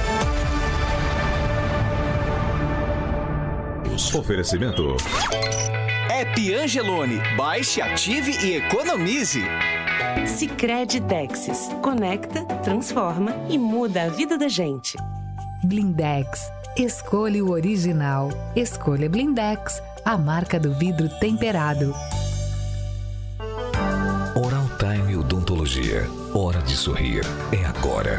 Oferecimento. App Angelone. Baixe, ative e economize. Sicredi Texas. Conecta, transforma e muda a vida da gente. Blindex. Escolha o original. Escolha Blindex, a marca do vidro temperado. Oral Time Odontologia. Hora de sorrir. É agora.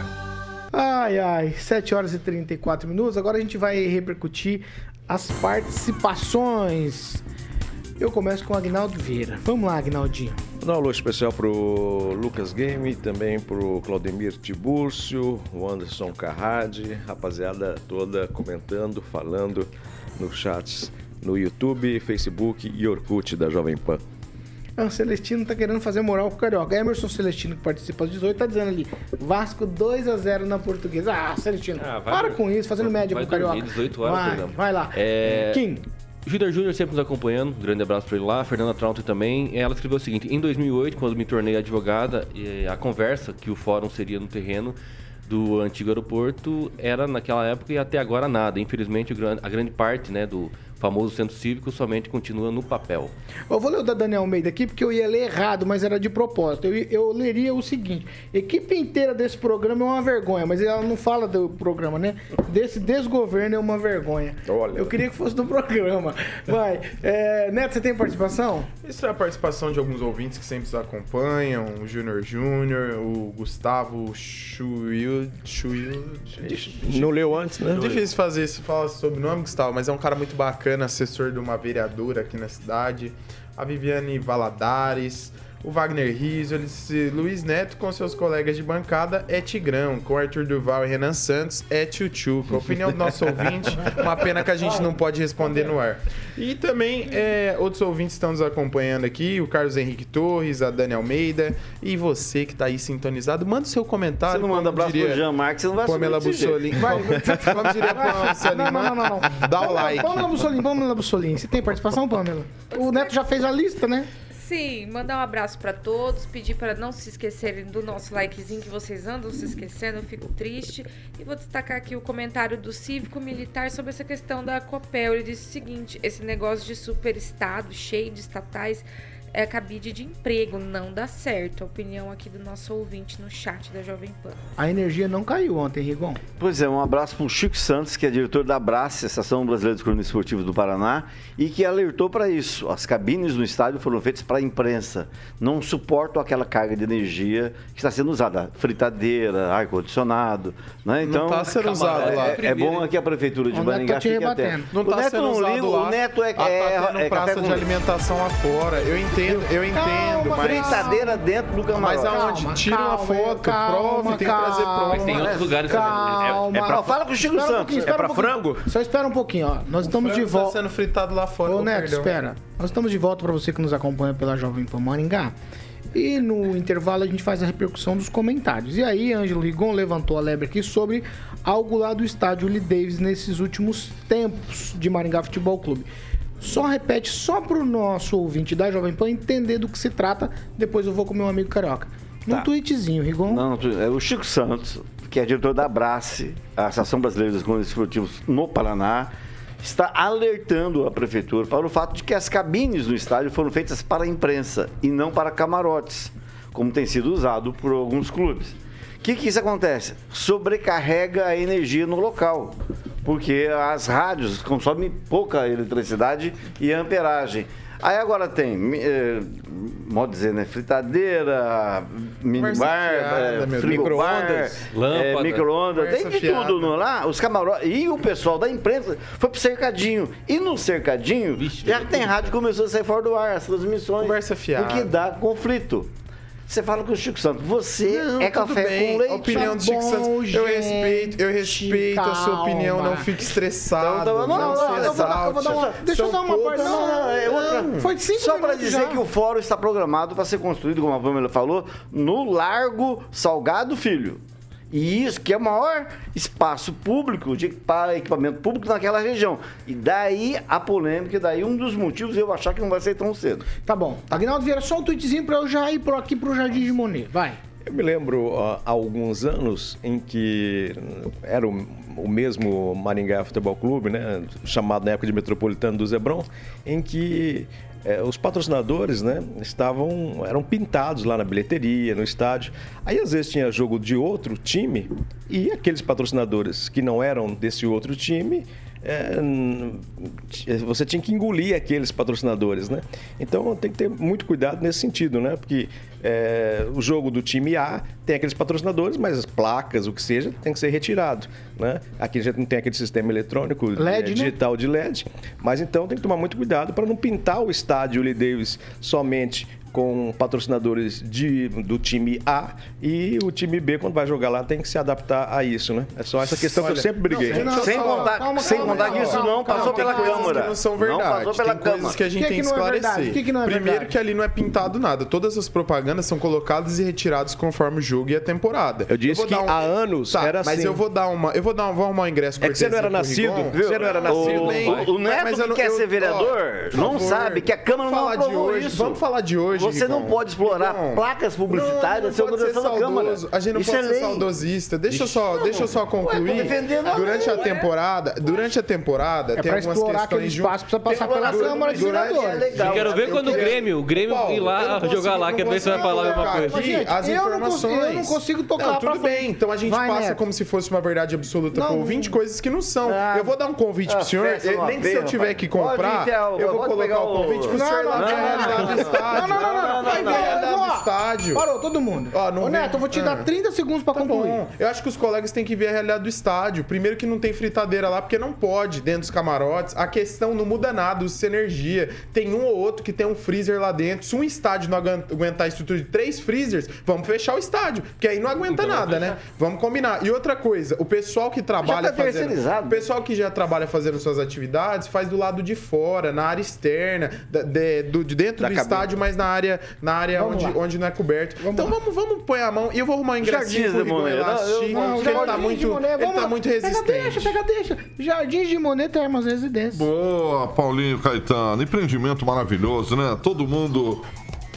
Ai, ai, sete horas e trinta e quatro minutos. Agora a gente vai repercutir as participações. Eu começo com o Aguinaldo Vieira. Vamos lá, Aguinaldinho. Um alô especial pro Lucas Game, também pro Claudemir Tibúrcio, o Anderson Carrade, rapaziada toda comentando, falando nos chats no YouTube, Facebook e Orkut da Jovem Pan. Ah, o Celestino tá querendo fazer moral com o Carioca. Emerson Celestino, que participa às dezoito, tá dizendo ali, Vasco dois a zero na Portuguesa. Ah, Celestino, ah, para com isso, fazendo média com o Carioca. dezoito horas vai, vai lá. É... Kim. Júnior Júnior sempre nos acompanhando, um grande abraço para ele lá, Fernanda Traunton também. Ela escreveu o seguinte: em dois mil e oito, quando me tornei advogada, a conversa que o fórum seria no terreno do antigo aeroporto era naquela época e até agora nada. Infelizmente, a grande parte, né, do famoso centro cívico somente continua no papel. Eu vou ler o da Daniel Almeida aqui porque eu ia ler errado, mas era de propósito. Eu, eu leria o seguinte: equipe inteira desse programa é uma vergonha, mas ela não fala do programa, né? Desse desgoverno é uma vergonha. Olha. Eu queria que fosse do programa. Vai. É, Neto, você tem participação? Isso é a participação de alguns ouvintes que sempre nos acompanham, o Júnior Júnior, o Gustavo Chuil... Chuil... Não leu antes, né? É difícil fazer se falar sobre o nome, Gustavo, mas é um cara muito bacana, assessor de uma vereadora aqui na cidade. A Viviane Valadares, o Wagner Rizzo, ele disse: Luiz Neto com seus colegas de bancada é Tigrão, com Arthur Duval e Renan Santos é Tchutchuca. A opinião do nosso ouvinte, uma pena que a gente não pode responder no ar. E também é, outros ouvintes estão nos acompanhando aqui, o Carlos Henrique Torres, a Dani Almeida e você que está aí sintonizado, manda o seu comentário. Você não manda abraço pro Jean Marques, você não vai Pamela Bussolini. Vai, como diria Pamela Bussolini, não, não, não, não. Dá o like. Pamela Bussolini, Pamela Bussolini, você tem participação, Pamela? O Neto já fez a lista, né? Sim, mandar um abraço para todos, pedir para não se esquecerem do nosso likezinho que vocês andam se esquecendo, eu fico triste. E vou destacar aqui o comentário do Cívico Militar sobre essa questão da Copel. Ele disse o seguinte: esse negócio de superestado cheio de estatais é cabide de emprego, não dá certo. A opinião aqui do nosso ouvinte no chat da Jovem Pan. A energia não caiu ontem, Rigon. Pois é, um abraço para o Chico Santos, que é diretor da Abrace, Associação Brasileira de Cronistas Esportivos do Paraná, e que alertou para isso. As cabines no estádio foram feitas para a imprensa. Não suportam aquela carga de energia que está sendo usada. Fritadeira, ar-condicionado. Né? Então, não está sendo usado é, lá. É, é bom aqui a Prefeitura de O Maringá Neto tá te fique atento. rebatendo. Não O está Neto sendo não usado liga, lá. o Neto é, Ah, tá é, tendo é praça café de com- alimentação lá fora. Eu entendo, eu entendo, Calma, mas... Fritadeira dentro do camarote. Mas aonde? Calma, Tira uma calma, foto, calma, prove, tem que calma. trazer prova. Mas tem outros lugares Calma. também. É pra- Fala com o Chico Espera um Santos. pouquinho, É espera pra um pouquinho. frango? Só espera um pouquinho, ó. Nós estamos de Frango tá volta. sendo fritado lá fora. Ô, com Neto, perdão. espera. Nós estamos de volta para você que nos acompanha pela Jovem Pan Maringá. E no intervalo a gente faz a repercussão dos comentários. E aí, Ângelo Rigon levantou a lebre aqui sobre algo lá do estádio Lee Davis nesses últimos tempos de Maringá Futebol Clube. Só repete, só para o nosso ouvinte da Jovem Pan entender do que se trata. Depois eu vou com o meu amigo Carioca. Num Tá. tweetzinho, Rigon. Não, é o Chico Santos, que é diretor da Abrace, a Associação Brasileira dos Cronistas Esportivos no Paraná, está alertando a prefeitura para o fato de que as cabines no estádio foram feitas para a imprensa e não para camarotes, como tem sido usado por alguns clubes. O que, que isso acontece? Sobrecarrega a energia no local, porque as rádios consomem pouca eletricidade e amperagem. Aí agora tem, eh, modo dizer, né? Fritadeira, minibar, fiada, eh, meu frigobar, Deus. eh, Lâmpada. micro-ondas, tem Conversa de fiada. tudo no, lá. Os camarotes e o pessoal da imprensa foi pro cercadinho. E no cercadinho, Vixe, já velho. tem rádio que começou a sair fora do ar, as transmissões. Conversa fiada. O que dá conflito. Você fala com o Chico Santos, você Não, é tudo café bem. com leite. A opinião do Tá Chico bom, Santos. Eu gente, respeito, eu respeito a sua opinião. calma. Não fique estressado. Então, tá bom. Não, não, não, se eu vou dar- exalte. eu vou dar uma- deixa eu São dar uma parte- poucos- não, Não, é outra. Não, foi cinco Só para minutos dizer já. que o fórum está programado para ser construído, como a Pamela falou, no Largo Salgado Filho. E isso que é o maior espaço público de para equipamento público naquela região. E daí a polêmica, e daí um dos motivos eu achar que não vai ser tão cedo. Tá bom. Aguinaldo Vieira, só um tweetzinho para eu já ir por aqui pro Jardim de Monet. Vai. Eu me lembro ó, há alguns anos em que era o, o mesmo Maringá Futebol Clube, né, chamado na época de Metropolitano do Zebron, em que eh, os patrocinadores, né, estavam eram pintados lá na bilheteria, no estádio. Aí às vezes tinha jogo de outro time e aqueles patrocinadores que não eram desse outro time é, n- você tinha que engolir aqueles patrocinadores, né? Então tem que ter muito cuidado nesse sentido, né? Porque é, o jogo do time A tem aqueles patrocinadores, mas as placas, o que seja, tem que ser retirado, né? Aqui a gente não tem aquele sistema eletrônico L E D, é, digital de L E D, mas então tem que tomar muito cuidado para não pintar o estádio Lee Davis somente com patrocinadores de, do time A e o time B, quando vai jogar lá, tem que se adaptar a isso, né? É só essa questão que eu Olha, sempre briguei. não, Não, sem calma, contar, calma, sem calma, contar calma, que isso calma, não calma, passou tem pela coisas Câmara. que não são Não verdade. passou pela tem coisas Câmara. que a gente O que tem que que não é verdade? esclarecer. O que que não é Primeiro verdade? que ali não é pintado nada. Todas as propagandas são colocadas e retiradas conforme o jogo e a temporada. Eu disse vou que dar um- há anos Tá, era mas assim. eu vou dar uma... Eu vou dar um, vou arrumar um ingresso É que você não era cortesia pro nascido, Rigon. você não era nascido. O, bem. o, o Neto Mas eu que não- quer eu- ser vereador ó, não por favor. sabe que a Câmara não Vamos falar de aprovou hoje. isso. Vamos falar de hoje, Você não Rigon. pode explorar Rigon. placas publicitárias Não, sem não pode ser autorização da Câmara. saudoso. A gente não Isso pode é ser lei. saudosista. Deixa eu só, deixa eu só Ué, tô concluir. defendendo a Durante a lei, ué. temporada, durante a temporada É tem pra algumas explorar aquele questões de espaço, precisa passar pela Exploração Câmara de durante- Vereadores. é legal. Quero ver Eu quando o queria- Grêmio, o Grêmio Paulo, ir eu lá não jogar consigo- lá, não quero ver se vai consigo falar a mesma colocar coisa. aqui Gente, as eu não consigo- informações. eu não consigo tocar Não, pra tudo frente. bem, então a gente Vai, passa Neto. como se fosse uma verdade absoluta Não. pro ouvinte, coisas que não são. Ah. Eu vou dar um convite Ah, pro senhor, festa eh, numa nem que se feira, eu tiver rapaz. que Pode comprar, ir, Theo, eu vou pode colocar pegar o convite pro Não, senhor lá não, ver a não, realidade não, do estádio. Não, não, não, não, não. Vai ver a realidade do Ó, estádio. Parou, todo mundo. Ó, não Ô, vem- Neto, eu vou te Ah. dar trinta segundos pra Tá concluir. bom. Eu acho que os colegas têm que ver a realidade do estádio. Primeiro que não tem fritadeira lá, porque não pode dentro dos camarotes. A questão não muda nada, usa energia. Tem um ou outro que tem um freezer lá dentro. Se um estádio não aguenta- aguentar a estrutura de três freezers, vamos fechar o estádio. Porque aí não aguenta Então, nada, né? Vamos combinar. E outra coisa, o pessoal que trabalha Já tá fazendo... terceirizado. O pessoal que já trabalha fazendo suas atividades faz do lado de fora, na área externa, da- de, do- de dentro Da do cabine. estádio, mas na área, na área Vamos onde, lá. onde não é coberto. então vamos, vamos pôr a mão e eu vou arrumar um ingressinho Jardins pro de Rigon ir lá Monet. assistir, Não, porque ele tá Jardins muito, de Monet, ele vamos tá lá. muito Pega resistente. deixa, pega deixa. Jardins de Monet Termas Residência. Boa, Paulinho Caetano. Empreendimento maravilhoso, né? Todo mundo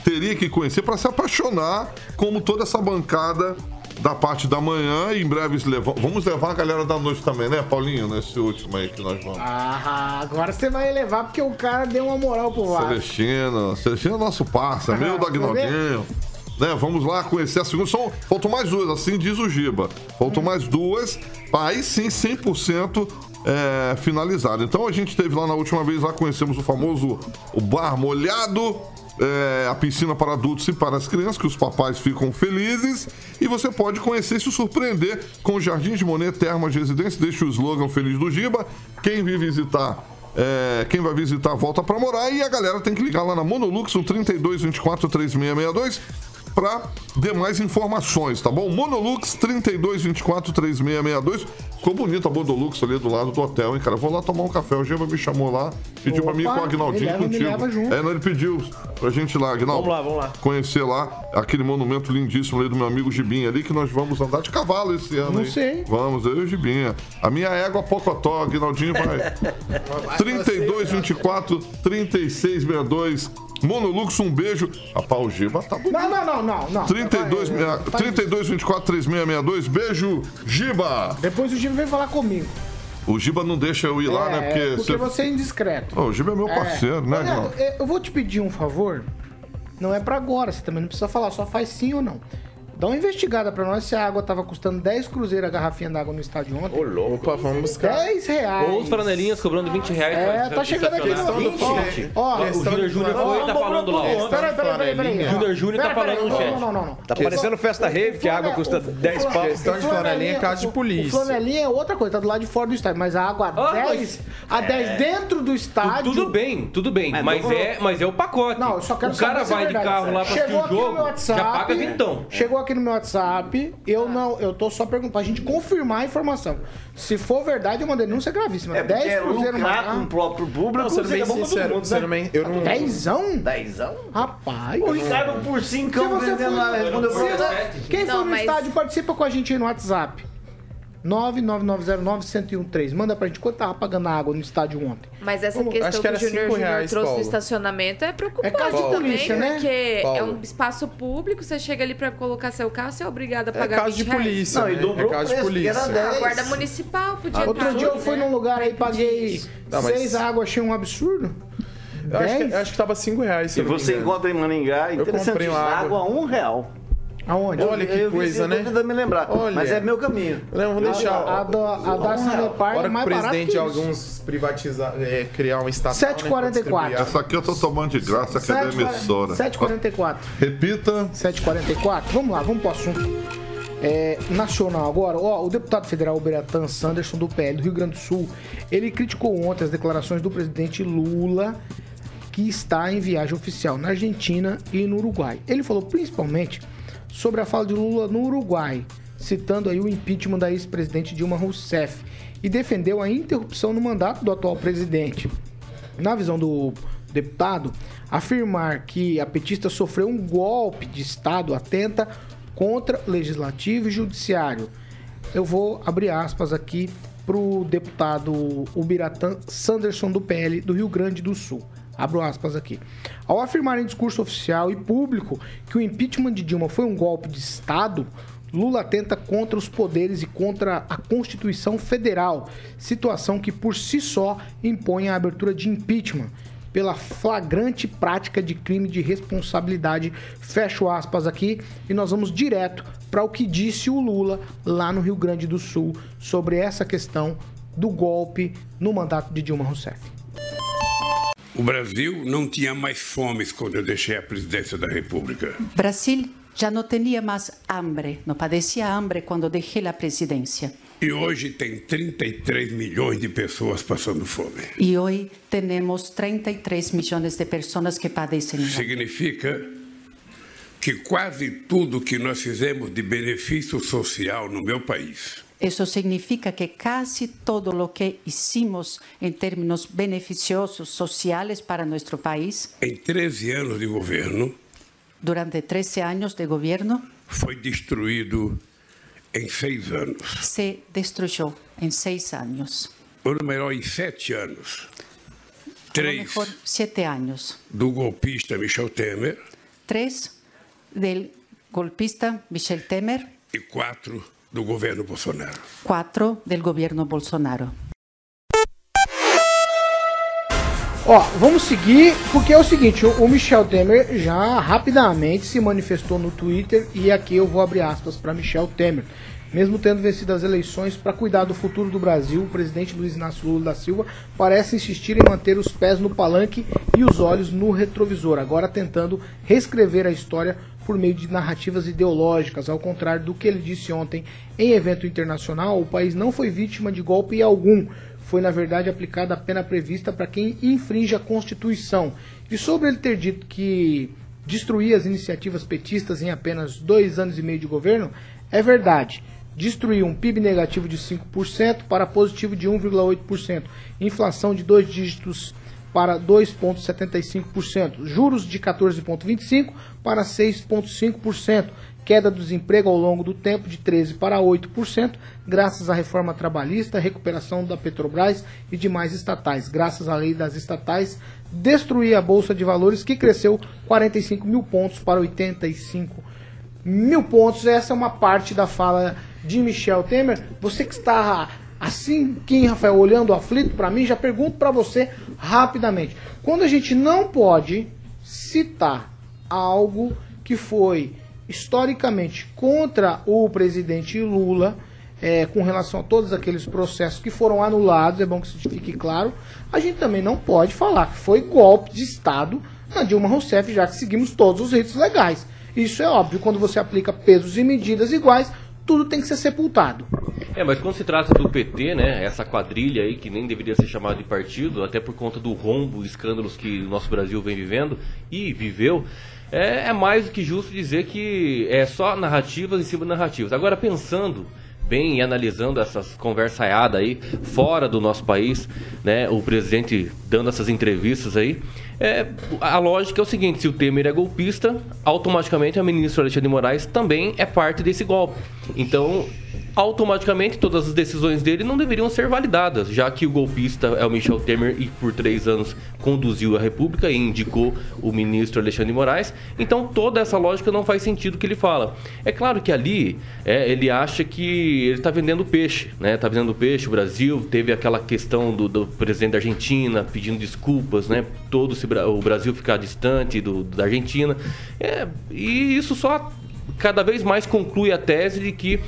teria que conhecer para se apaixonar, como toda essa bancada da parte da manhã. E em breve vamos levar a galera da noite também, né, Paulinho? Nesse último aí que nós vamos. Ah, agora você vai levar porque o cara deu uma moral pro Vasco. Celestino, Celestino é nosso parça, meu do Aguinaldinho. Né, vamos lá conhecer a segunda. São, faltam mais duas, assim diz o Giba. Faltam hum. mais duas, aí sim cem por cento é, finalizado. Então a gente teve lá na última vez, lá conhecemos o famoso o bar molhado, é, a piscina para adultos e para as crianças, que os papais ficam felizes. E você pode conhecer e se surpreender com o Jardim de Monet Termas de Residência. Deixa o slogan feliz do Giba. Quem vir visitar, é, quem vai visitar volta para morar. E a galera tem que ligar lá na Monolux, no trinta e dois, vinte e quatro, trinta e seis sessenta e dois. Para demais informações, tá bom? Monolux trinta e dois, vinte e quatro, trinta e seis sessenta e dois. Ficou bonita a Monolux ali do lado do hotel, hein, cara? Vou lá tomar um café. O Giba me chamou lá, pediu Opa, pra mim com o Aguinaldinho ele contigo. Me leva junto. É, não, ele pediu pra gente ir lá, Aguinaldo. Vamos lá, vamos lá. Conhecer lá aquele monumento lindíssimo ali do meu amigo Gibinha ali, que nós vamos andar de cavalo esse ano, Não hein? sei. Vamos, eu e o Gibinha. A minha égua Pocotó, Aguinaldinho vai. trinta e dois, vinte e quatro, trinta e seis sessenta e dois. Monolux, um beijo. Rapaz, o Giba tá bonito. Não, não, não, não. não. trinta e dois, trinta e dois, vinte e quatro, trinta e seis sessenta e dois. Beijo, Giba. Depois o Giba vem falar comigo. O Giba não deixa eu ir lá, é, né? Porque, porque você... você é indiscreto. Oh, o Giba é meu parceiro, é. né, Leandro, eu vou te pedir um favor. Não é pra agora, você também não precisa falar, só faz sim ou não. Dá uma investigada pra nós se a água tava custando dez cruzeiros a garrafinha d'água no estádio ontem. Ô, louco. Opa, vamos buscar. dez reais. Ou os franelinhas cobrando vinte reais. É, tá chegando aqui no vinte. Ó, o Júnior Júnior foi e tá falando lá. Peraí, peraí, peraí. O Júnior Júnior tá falando no chat. Não, não, não, não. Tá parecendo festa rave, que a água custa dez pau. Questão de flanelinha é caso de polícia. O flanelinha é outra coisa, tá do lado de fora do estádio. Mas a água a dez, a dez dentro do estádio... Tudo bem, tudo bem. Mas é, mas é o pacote. Não, eu só quero o cara vai de carro lá pra assistir o jogo, já paga vintão. Chegou aqui no meu WhatsApp. Eu não, eu tô só perguntando pra gente confirmar a informação. Se for verdade, é uma denúncia gravíssima. É dez é cruzeiros lucrar com o próprio público. Não, sendo bem sincero, né? eu não... Dezão? Dezão? Rapaz. O Ricardo por cinco vendendo lá, respondeu pra Quem for no estádio, participa com a gente aí no WhatsApp. nove nove nove zero nove um um um três. Manda pra gente quanto tava pagando a água no estádio ontem. Mas essa Vamos, questão que, que o Júnior Júnior trouxe Paulo. do estacionamento é preocupante é caso de polícia, também, né? porque Paulo. é um espaço público, você chega ali pra colocar seu carro, você é obrigado a pagar é caso de polícia, Não, né? e É caso de polícia. A guarda municipal podia ah, Outro dia eu fui num lugar aí, paguei Não, mas... seis águas, achei um absurdo. Eu acho, que, acho que tava cinco reais. E você encontra em Maningá, interessante, água a um real. Aonde? Olha que eu coisa, vi, né? Eu tô tentando me lembrar, Olha. mas é meu caminho. Não, vamos deixar. A, a, da, a da Sanepar é mais o barato presidente que de isso. alguns privatizar, é, criar uma estação. sete e quarenta e quatro. Né, essa aqui eu tô tomando de graça, que é da emissora. sete e quarenta e quatro. Repita. sete e quarenta e quatro. Vamos lá, vamos pro assunto. É, nacional agora, ó, o deputado federal Beratan Sanderson, do P L do Rio Grande do Sul, ele criticou ontem as declarações do presidente Lula, que está em viagem oficial na Argentina e no Uruguai. Ele falou principalmente sobre a fala de Lula no Uruguai, citando aí o impeachment da ex-presidente Dilma Rousseff, e defendeu a interrupção no mandato do atual presidente. Na visão do deputado, afirmar que a petista sofreu um golpe de Estado atenta contra legislativo e judiciário. Eu vou abrir aspas aqui para o deputado Ubiratan Sanderson, do P L do Rio Grande do Sul. Abro aspas aqui. Ao afirmar em discurso oficial e público que o impeachment de Dilma foi um golpe de Estado, Lula atenta contra os poderes e contra a Constituição Federal, situação que por si só impõe a abertura de impeachment pela flagrante prática de crime de responsabilidade. Fecho aspas aqui e nós vamos direto para o que disse o Lula lá no Rio Grande do Sul sobre essa questão do golpe no mandato de Dilma Rousseff. O Brasil não tinha mais fome quando eu deixei a presidência da República. Brasil já não tinha mais hambre, não padecia hambre quando deixei a presidência. E hoje tem trinta e três milhões de pessoas passando fome. E hoje temos trinta e três milhões de pessoas que padecem. Significa que quase tudo que nós fizemos de benefício social no meu país... Isso significa que quase todo o que hicimos em termos beneficiosos sociais para nosso país, em treze anos de governo, durante treze anos de governo, foi destruído em seis anos. Se destruiu em seis anos. Ou melhor, em sete anos. Três mejor, sete anos. Do golpista Michel Temer. três do golpista Michel Temer e quatro do governo Bolsonaro. quatro do governo Bolsonaro. Ó, vamos seguir, porque é o seguinte, o Michel Temer já rapidamente se manifestou no Twitter, e aqui eu vou abrir aspas para Michel Temer. Mesmo tendo vencido as eleições para cuidar do futuro do Brasil, o presidente Luiz Inácio Lula da Silva parece insistir em manter os pés no palanque e os olhos no retrovisor, agora tentando reescrever a história por meio de narrativas ideológicas. Ao contrário do que ele disse ontem em evento internacional, o país não foi vítima de golpe algum. Foi, na verdade, aplicada a pena prevista para quem infringe a Constituição. E sobre ele ter dito que destruía as iniciativas petistas em apenas dois anos e meio de governo, é verdade. Destruiu um P I B negativo de cinco por cento para positivo de um vírgula oito por cento, inflação de dois dígitos para dois vírgula setenta e cinco por cento, juros de quatorze vírgula vinte e cinco por cento para seis vírgula cinco por cento, queda do desemprego ao longo do tempo de treze por cento para oito por cento, graças à reforma trabalhista, recuperação da Petrobras e demais estatais. Graças à lei das estatais, destruir a Bolsa de Valores, que cresceu quarenta e cinco mil pontos para oitenta e cinco mil pontos. Essa é uma parte da fala de Michel Temer. Você que está assim, Kim Rafael, olhando aflito para mim, já pergunto para você rapidamente. Quando a gente não pode citar algo que foi historicamente contra o presidente Lula, é, com relação a todos aqueles processos que foram anulados, é bom que isso fique claro, a gente também não pode falar que foi golpe de Estado na Dilma Rousseff, já que seguimos todos os ritos legais. Isso é óbvio, quando você aplica pesos e medidas iguais, tudo tem que ser sepultado. É, mas quando se trata do P T, né, essa quadrilha aí, que nem deveria ser chamada de partido, até por conta do rombo, escândalos que o nosso Brasil vem vivendo e viveu, é, é mais do que justo dizer que é só narrativas em cima de narrativas. Agora, pensando bem e analisando essas conversaiadas aí, fora do nosso país, né, o presidente dando essas entrevistas aí, é, a lógica é o seguinte: se o Temer é golpista, automaticamente a ministra Alexandre de Moraes também é parte desse golpe. Então, automaticamente todas as decisões dele não deveriam ser validadas, já que o golpista é o Michel Temer e por três anos conduziu a República e indicou o ministro Alexandre de Moraes. Então toda essa lógica não faz sentido o que ele fala. É claro que ali é, ele acha que ele está vendendo peixe, né? Está vendendo peixe. O Brasil teve aquela questão do, do presidente da Argentina pedindo desculpas, né? Todo esse, o Brasil ficar distante do, da Argentina. É, e isso só cada vez mais conclui a tese de que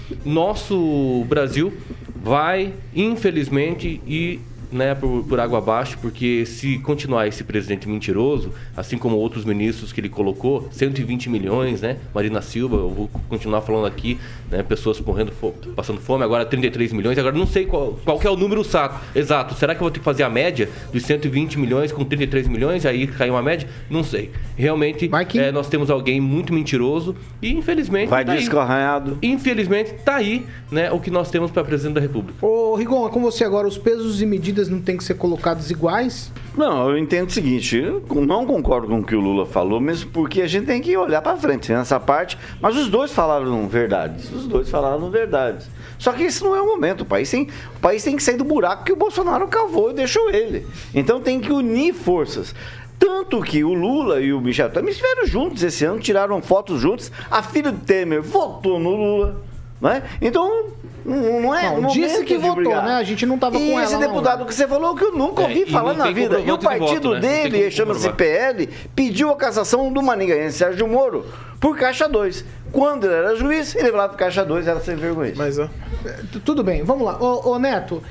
nosso Brasil vai, infelizmente, ir, né, por, por água abaixo, porque se continuar esse presidente mentiroso, assim como outros ministros que ele colocou, cento e vinte milhões, né, Marina Silva, eu vou continuar falando aqui, né, pessoas morrendo, passando fome, agora trinta e três milhões, agora não sei qual, qual que é o número exato, exato, será que eu vou ter que fazer a média dos cento e vinte milhões com trinta e três milhões, aí cai uma média? Não sei. Realmente, é, nós temos alguém muito mentiroso e infelizmente vai tá descorranhado. Aí, infelizmente tá aí, né, o que nós temos para presidente da República. Ô Rigon, é com você agora, os pesos e medidas não têm que ser colocados iguais? Não, eu entendo o seguinte, eu não concordo com o que o Lula falou, mesmo porque a gente tem que olhar para frente nessa parte, mas os dois falaram verdades, os dois falaram verdades. Só que esse não é o momento, o país tem, o país tem que sair do buraco que o Bolsonaro cavou e deixou ele. Então tem que unir forças. Tanto que o Lula e o Michel Temer estiveram juntos esse ano, tiraram fotos juntos, a filha do Temer votou no Lula, né? Então não é não, disse que votou, brigar, né? A gente não tava e com ela. E esse deputado não, que você falou que eu nunca ouvi é, falar na vida. E o partido voto, né? dele, chama-se P L, pediu a cassação do maningaense Sérgio Moro por Caixa dois. Quando ele era juiz, ele falava que Caixa dois era sem vergonha. Mas, ó, tudo bem, vamos lá. Ô, ô Neto,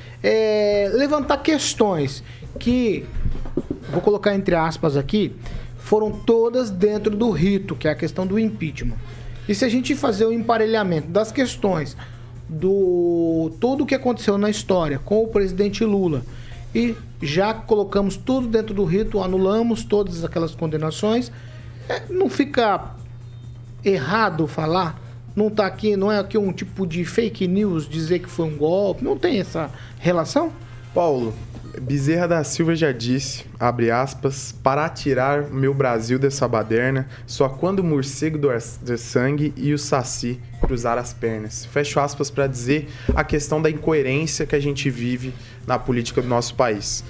é, levantar questões que, vou colocar entre aspas aqui, foram todas dentro do rito, que é a questão do impeachment. E se a gente fazer o emparelhamento das questões do tudo o que aconteceu na história com o presidente Lula e já colocamos tudo dentro do rito, anulamos todas aquelas condenações, é, não fica errado falar, não tá aqui, não é aqui um tipo de fake news dizer que foi um golpe, não tem essa relação? Paulo, Bezerra da Silva já disse, abre aspas, para tirar o meu Brasil dessa baderna, só quando o morcego do sangue e o saci cruzar as pernas. Fecho aspas para dizer a questão da incoerência que a gente vive na política do nosso país.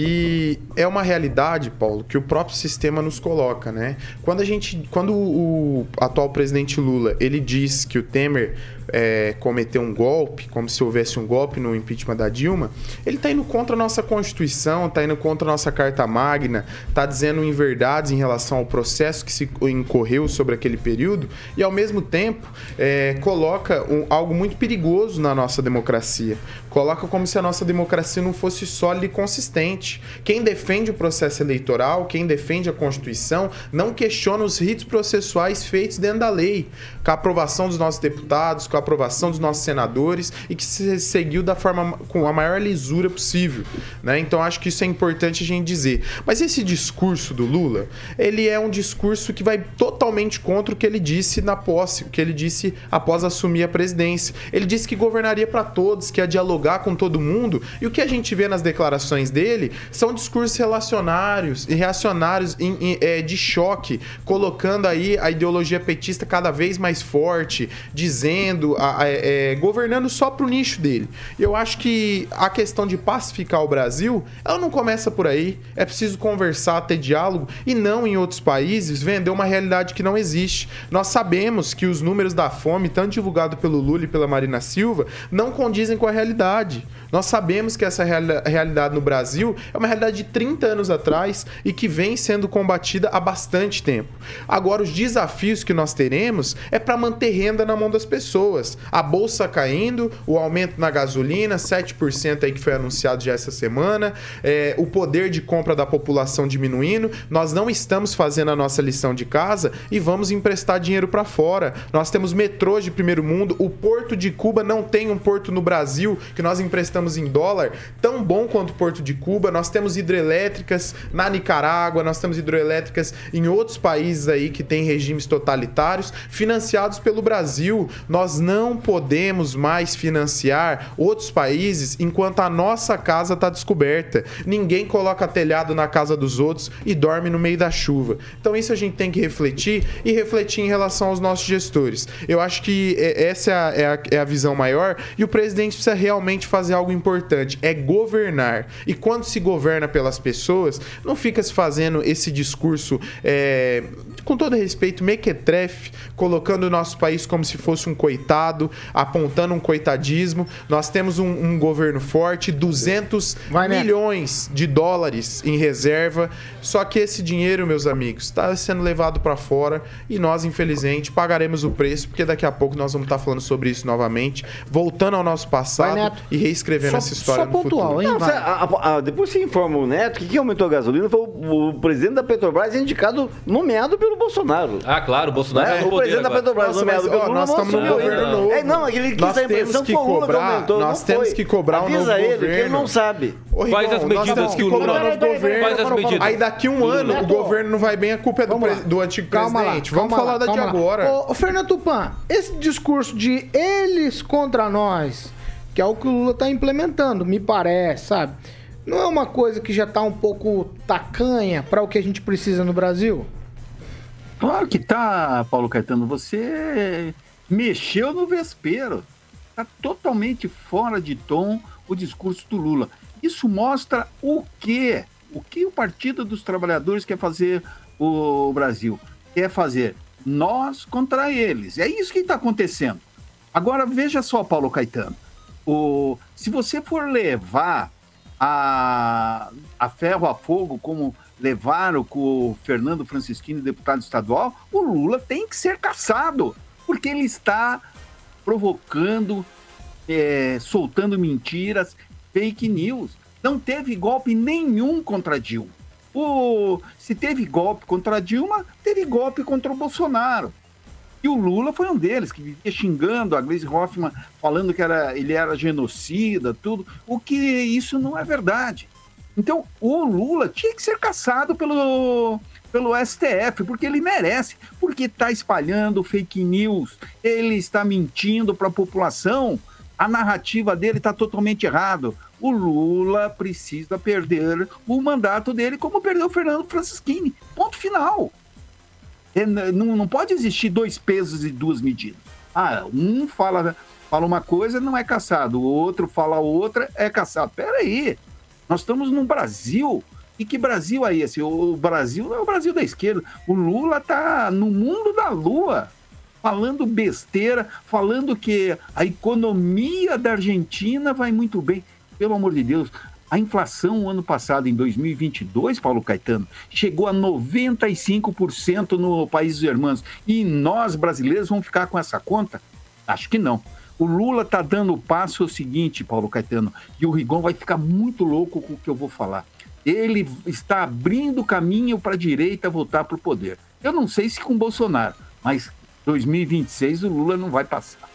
E é uma realidade, Paulo, que o próprio sistema nos coloca, né? Quando a gente, quando o atual presidente Lula, ele diz que o Temer é, cometeu um golpe, como se houvesse um golpe no impeachment da Dilma, ele está indo contra a nossa Constituição, está indo contra a nossa Carta Magna, está dizendo inverdades em relação ao processo que se incorreu sobre aquele período e, ao mesmo tempo, é, coloca um, algo muito perigoso na nossa democracia. Coloca como se a nossa democracia não fosse sólida e consistente. Quem defende o processo eleitoral, quem defende a Constituição, não questiona os ritos processuais feitos dentro da lei, com a aprovação dos nossos deputados, com a aprovação dos nossos senadores e que se seguiu da forma, com a maior lisura possível, né? Então, acho que isso é importante a gente dizer. Mas esse discurso do Lula, ele é um discurso que vai totalmente contra o que ele disse na posse, o que ele disse após assumir a presidência. Ele disse que governaria para todos, que ia dialogar com todo mundo, e o que a gente vê nas declarações dele são discursos relacionários e reacionários em, em, é, de choque, colocando aí a ideologia petista cada vez mais forte, dizendo, a, a, é, governando só pro nicho dele. Eu acho que a questão de pacificar o Brasil, ela não começa por aí. É preciso conversar, ter diálogo e não, em outros países, vender uma realidade que não existe. Nós sabemos que os números da fome, tanto divulgado pelo Lula e pela Marina Silva, não condizem com a realidade. Nós sabemos que essa realidade no Brasil é uma realidade de trinta anos atrás e que vem sendo combatida há bastante tempo. Agora, os desafios que nós teremos é para manter renda na mão das pessoas. A bolsa caindo, o aumento na gasolina, sete por cento aí que foi anunciado já essa semana, é, o poder de compra da população diminuindo. Nós não estamos fazendo a nossa lição de casa e vamos emprestar dinheiro para fora. Nós temos metrôs de primeiro mundo, o Porto de Cuba não tem um porto no Brasil que nós emprestamos em dólar tão bom quanto o Porto de Cuba. Nós temos hidrelétricas na Nicarágua, nós temos hidrelétricas em outros países aí que têm regimes totalitários financiados pelo Brasil. Nós não podemos mais financiar outros países enquanto a nossa casa está descoberta. Ninguém coloca telhado na casa dos outros e dorme no meio da chuva. Então isso a gente tem que refletir e refletir em relação aos nossos gestores. Eu acho que essa é a, é a, é a visão maior e o presidente precisa realmente fazer algo importante, é governar. E quando se governa pelas pessoas, não fica se fazendo esse discurso, é, com todo respeito, mequetrefe, colocando o nosso país como se fosse um coitado, apontando um coitadismo. Nós temos um, um governo forte, duzentos milhões de dólares em reserva, só que esse dinheiro, meus amigos, está sendo levado para fora e nós, infelizmente, pagaremos o preço, porque daqui a pouco nós vamos estar falando sobre isso novamente, voltando ao nosso passado vai, e reescrevendo só, essa história só no pontual, futuro. Hein, não, você, a, a, depois você informa o Neto que quem aumentou a gasolina foi o, o presidente da Petrobras indicado, nomeado pelo Bolsonaro. Ah, claro, o Bolsonaro é, é o presidente da Petrobras. Nossa, mas, ó, nós estamos no governo novo. É, não, aquele que nós temos que cobrar, que nós não temos que cobrar um novo ele, governo. Que ele não sabe. Ô, Quais as medidas que o Lula... Quais as medidas? Aí daqui um ano Neto, o governo não vai bem, a culpa é do, pres... do antigo calma presidente. Lá, Vamos falar lá, da de agora. Ô, Fernando Tupan, esse discurso de eles contra nós, que é o que o Lula está implementando, me parece, sabe? Não é uma coisa que já está um pouco tacanha para o que a gente precisa no Brasil? Claro que tá, Paulo Caetano. Você mexeu no vespeiro. Tá totalmente fora de tom o discurso do Lula. Isso mostra o quê? O que o Partido dos Trabalhadores quer fazer o Brasil? Quer fazer nós contra eles. É isso que está acontecendo. Agora, veja só, Paulo Caetano. O, se você for levar a, a ferro a fogo, como levaram com o Fernando Francischini, deputado estadual, o Lula tem que ser caçado, porque ele está provocando, é, soltando mentiras, fake news. Não teve golpe nenhum contra Dilma. O, se teve golpe contra Dilma, teve golpe contra o Bolsonaro. E o Lula foi um deles, que vivia xingando a Gleisi Hoffmann, falando que era, ele era genocida, tudo, o que isso não é verdade. Então, o Lula tinha que ser caçado pelo, pelo S T F, porque ele merece, porque está espalhando fake news, ele está mentindo para a população, a narrativa dele está totalmente errada. O Lula precisa perder o mandato dele, como perdeu o Fernando Francischini. Ponto final. É, não, não pode existir dois pesos e duas medidas. Ah, um fala, fala uma coisa, não é caçado. O outro fala outra, é caçado. Peraí, nós estamos num Brasil. E que Brasil é esse? O Brasil não é o Brasil da esquerda. O Lula tá no mundo da lua, falando besteira, falando que a economia da Argentina vai muito bem. Pelo amor de Deus, a inflação ano passado, em dois mil e vinte e dois, Paulo Caetano, chegou a noventa e cinco por cento no Países Hermanos. E nós, brasileiros, vamos ficar com essa conta? Acho que não. O Lula está dando o passo é o seguinte, Paulo Caetano, e o Rigon vai ficar muito louco com o que eu vou falar. Ele está abrindo caminho para a direita voltar para o poder. Eu não sei se com Bolsonaro, mas dois mil e vinte e seis o Lula não vai passar.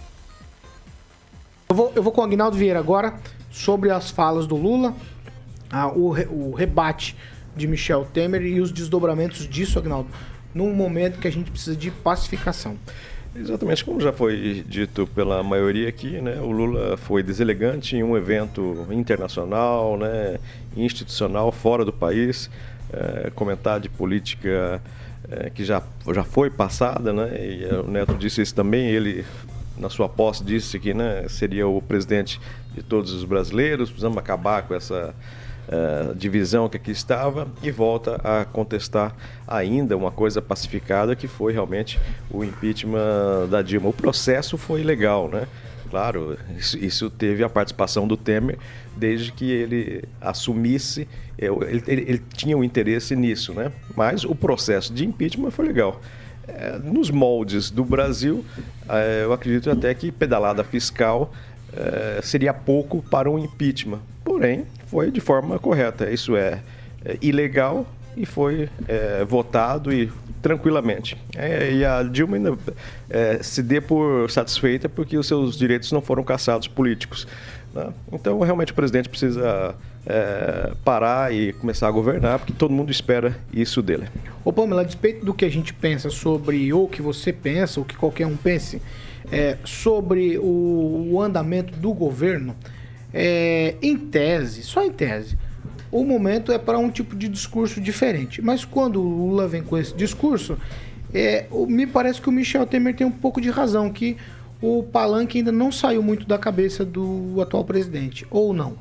Eu vou, eu vou com o Aguinaldo Vieira agora sobre as falas do Lula, ah, o, re, o rebate de Michel Temer e os desdobramentos disso, Aguinaldo, num momento que a gente precisa de pacificação. Exatamente, como já foi dito pela maioria aqui, né, o Lula foi deselegante em um evento internacional, né, institucional, fora do país, é, comentar de política é, que já, já foi passada, né, e o Neto disse isso também, ele, na sua posse, disse que, né, seria o presidente de todos os brasileiros, precisamos acabar com essa Uh, divisão que aqui estava, e volta a contestar ainda uma coisa pacificada, que foi realmente o impeachment da Dilma. O processo foi legal, né? Claro, isso, isso teve a participação do Temer desde que ele assumisse, ele, ele, ele tinha um interesse nisso, né? Mas o processo de impeachment foi legal. É, nos moldes do Brasil, é, eu acredito até que pedalada fiscal é, seria pouco para um impeachment. Porém, foi de forma correta. Isso é, é ilegal e foi é, votado e tranquilamente. É, e a Dilma ainda é, se dê por satisfeita porque os seus direitos não foram cassados políticos, né? Então, realmente, o presidente precisa é, parar e começar a governar, porque todo mundo espera isso dele. Ô, Pamela, a despeito do que a gente pensa sobre, ou que você pensa, ou que qualquer um pense, é, sobre o, o andamento do governo, É, em tese, só em tese, o momento é para um tipo de discurso diferente. Mas quando o Lula vem com esse discurso, é, me parece que o Michel Temer tem um pouco de razão, que o palanque ainda não saiu muito da cabeça do atual presidente, ou não?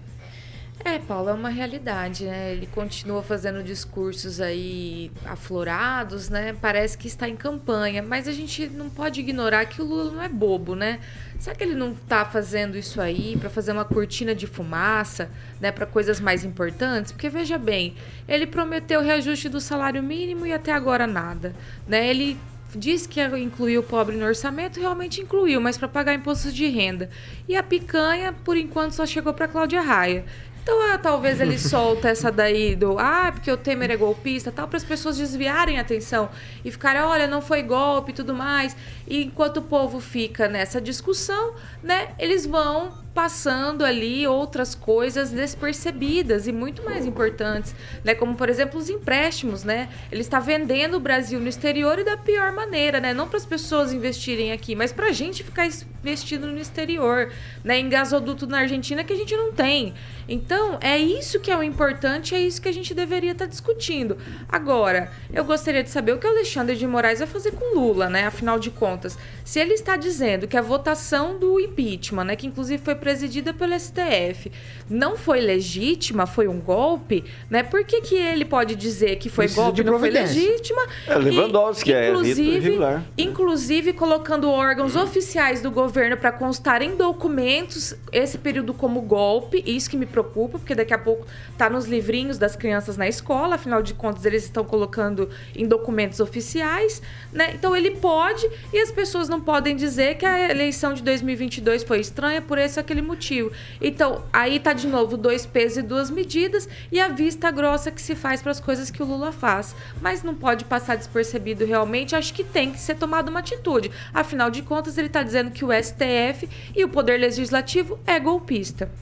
É, Paulo, é uma realidade, né? Ele continua fazendo discursos aí aflorados, né? Parece que está em campanha, mas a gente não pode ignorar que o Lula não é bobo, né? Será que ele não está fazendo isso aí para fazer uma cortina de fumaça, né? Para coisas mais importantes? Porque, veja bem, ele prometeu o reajuste do salário mínimo e até agora nada, né? Ele disse que ia incluir o pobre no orçamento, realmente incluiu, mas para pagar impostos de renda. E a picanha, por enquanto, só chegou para Cláudia Raia. Então, ah, talvez ele solta essa daí do ah, porque o Temer é golpista, tal, para as pessoas desviarem a atenção e ficarem, olha, não foi golpe e tudo mais. E enquanto o povo fica nessa discussão, né, eles vão passando ali outras coisas despercebidas e muito mais importantes, né, como, por exemplo, os empréstimos, né? Ele está vendendo o Brasil no exterior e da pior maneira, né? Não para as pessoas investirem aqui, mas para a gente ficar investindo no exterior, né? Em gasoduto na Argentina que a gente não tem. Então, é isso que é o importante, é isso que a gente deveria estar discutindo. Agora, eu gostaria de saber o que o Alexandre de Moraes vai fazer com Lula, né? Afinal de contas, se ele está dizendo que a votação do impeachment, né, que inclusive foi presidida pelo S T F, não foi legítima, foi um golpe, né? Por que que ele pode dizer que foi Precisa golpe e não foi legítima? É, Lewandowski, e, é inclusive, inclusive colocando órgãos oficiais do governo para constar em documentos esse período como golpe, isso que me preocupa, porque daqui a pouco tá nos livrinhos das crianças na escola, afinal de contas eles estão colocando em documentos oficiais, né? Então ele pode, e as pessoas não podem dizer que a eleição de dois mil e vinte e dois foi estranha por esse ou aquele motivo. Então, aí tá de novo dois pesos e duas medidas e a vista grossa que se faz para as coisas que o Lula faz. Mas não pode passar despercebido realmente, acho que tem que ser tomada uma atitude. Afinal de contas, ele tá dizendo que o S T F e o Poder Legislativo é golpista.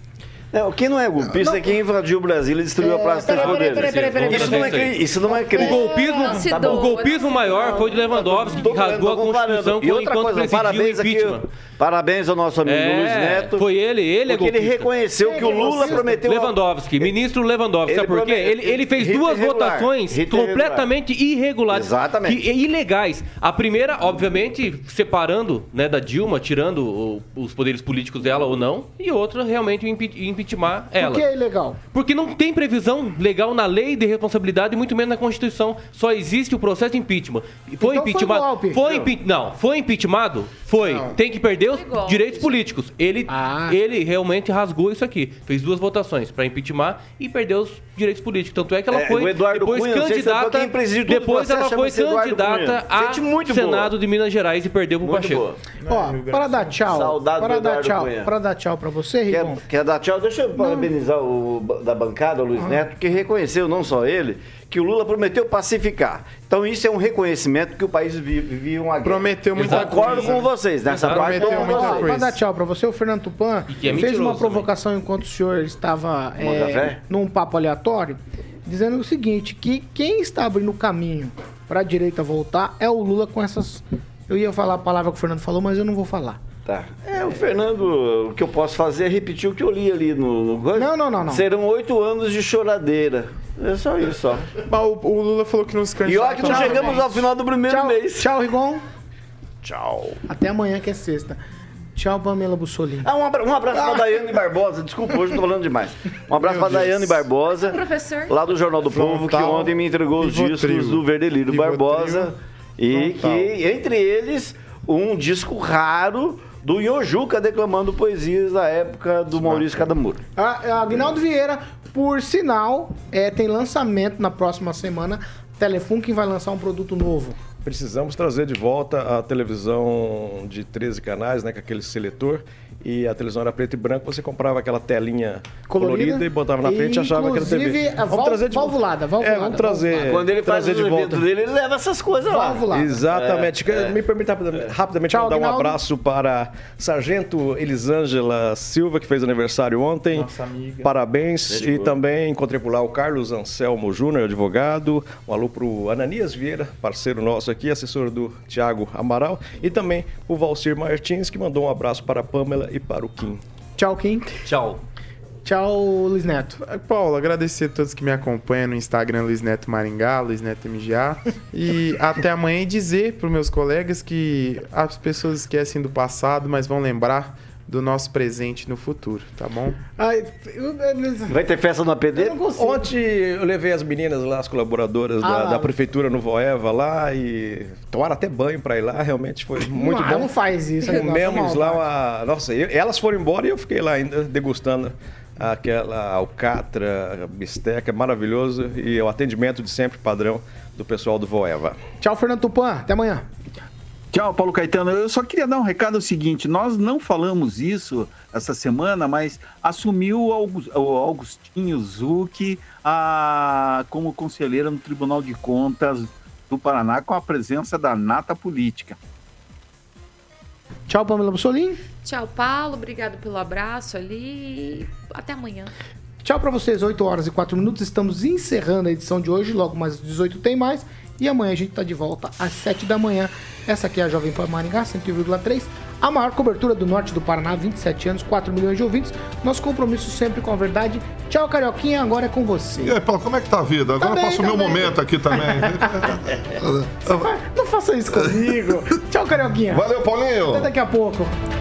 Não, quem não é golpista Não. é quem invadiu o Brasil e destruiu É, a Praça peraí, da peraí, peraí, peraí, peraí, Isso não é peraí. crime. Isso não é crime. O golpismo, Não se tá doa, bom. o golpismo não se maior doa. foi de Lewandowski, que Tô rasgou a comparando, tô comparando. Constituição E outra enquanto coisa, presidia o parabéns aqui, impeachment. parabéns ao nosso amigo É, Luiz Neto. foi ele, ele é Porque ele golpista. reconheceu que o Lula prometeu... Lewandowski, ministro Lewandowski, Ele sabe por quê? promete- Ele, ele fez rito duas irregular, votações rito completamente irregulares. Exatamente. Que, ilegais. A primeira, obviamente, separando, né, da Dilma, tirando o- os poderes políticos dela ou não, e outra, realmente, impe- impeachment ela. Por que é ilegal? Porque não tem previsão legal na lei de responsabilidade e muito menos na Constituição. Só existe o processo de impeachment. E Foi Então foi impeachment. golpe. Foi impe... Não, foi impeachmentado? Foi. Não. Tem que perder os Foi golpe. direitos políticos. Ele, Ah. ele realmente rasgou isso aqui. Fez duas votações para impeachment e perdeu os direitos políticos. Tanto é que ela É, foi o Eduardo depois Cunha, não sei se sabe candidata. quem presidiu todo o Depois ela processo, foi chama-se Eduardo candidata Cunha. Gente muito a boa. Senado de Minas Gerais e perdeu pro Muito Pacheco. boa. Ó, para dar tchau. Saudade para do dar Eduardo tchau. Cunha. Para dar tchau para você, Rigon. Quer, quer dar tchau? Deixa eu parabenizar o da bancada, o Luiz Neto, que reconheceu, não só ele, que o Lula prometeu pacificar. Então isso é um reconhecimento que o país vi- vivia uma guerra. Prometeu muita Concordo coisa. com vocês, nessa Exato. parte Prometeu com muita vocês. coisa. Para dar tchau para você, o Fernando Tupan E que é fez mentiroso uma também. provocação enquanto o senhor estava Tomando é, café? num papo aleatório, dizendo o seguinte, que quem está abrindo o caminho para a direita voltar é o Lula com essas... Eu ia falar a palavra que o Fernando falou, mas eu não vou falar. Tá. É, o Fernando, o que eu posso fazer é repetir o que eu li ali no... no... Não, não, não, não. Serão oito anos de choradeira. É só isso, ó. Mas o, o Lula falou que nos E candidatos... olha que não chegamos ao final do primeiro Tchau, mês. tchau, Rigon. Tchau. Até amanhã que é sexta. Tchau, Pamela Bussolini. Ah, um abra- um abraço pra Daiane Barbosa. Desculpa, hoje eu tô falando demais. Um abraço pra Daiane Barbosa, Professor. lá do Jornal do Povo, que Frontal, ontem me entregou os Rivotril. discos do Verdelírio Rivotril, Barbosa. E Frontal. que, entre eles, um disco raro do Yojuca declamando poesias da época do Maurício Cadamuro. A, Aguinaldo Vieira, por sinal, é, tem lançamento na próxima semana. Telefunken vai lançar um produto novo. Precisamos trazer de volta a televisão de treze canais, né, com aquele seletor. E a televisão era preto e branco, você comprava aquela telinha colorida, colorida e botava na frente e achava que era T V. Inclusive, a val- valvulada, valvulada. É, vamos trazer, valvulada. Quando ele faz trazer os de eventos volta. dele, ele leva essas coisas lá. Valvulada. Exatamente. É, é. Me permita rapidamente, rapidamente Tchau, mandar um Aguinaldo. abraço para Sargento Elisângela Silva, que fez aniversário ontem. Nossa amiga. Parabéns. Gente E boa. também encontrei por lá o Carlos Anselmo Júnior, advogado. Um alô para o Ananias Vieira, parceiro nosso aqui, assessor do Tiago Amaral. E também o Valcir Martins, que mandou um abraço para a Pamela e para o Kim. Tchau, Kim. Tchau. Tchau, Luiz Neto. Paulo, agradecer a todos que me acompanham no Instagram Luiz Neto Maringá, Luiz Neto M G A. E até amanhã e dizer para os meus colegas que as pessoas esquecem do passado, mas vão lembrar do nosso presente no futuro, tá bom? Ai, eu- eu- Vai ter festa no A P D? eu não consigo. Ontem eu levei as meninas lá, as colaboradoras Ah, da, lá. da prefeitura no Voeva lá e tomaram até banho para ir lá, realmente foi muito não, bom. não faz isso. Comemos nossa, lá maldade. uma... Nossa, eu- elas foram embora e eu fiquei lá ainda degustando aquela alcatra, bisteca, maravilhoso e o atendimento de sempre padrão do pessoal do Voeva. Tchau, Fernando Tupan. Até amanhã. Tchau, Paulo Caetano. Eu só queria dar um recado o seguinte, nós não falamos isso essa semana, mas assumiu o Augus- o Augustinho Zucchi a, como conselheiro no Tribunal de Contas do Paraná com a presença da nata política. Tchau, Pamela Bussolini. Tchau, Paulo. Obrigado pelo abraço ali. Até amanhã. Tchau pra vocês, oito horas e quatro minutos. Estamos encerrando a edição de hoje. Logo mais às dezoito tem mais. E amanhã a gente tá de volta às sete da manhã. Essa aqui é a Jovem Pan Maringá, cento e um vírgula três. A maior cobertura do norte do Paraná, vinte e sete anos, quatro milhões de ouvintes. Nosso compromisso sempre com a verdade. Tchau, Carioquinha. Agora é com você. E aí, Paulo, como é que tá a vida? Agora Tá bem, passa o meu tá bem. momento aqui também. Não faça isso comigo. Tchau, Carioquinha. Valeu, Paulinho. Até daqui a pouco.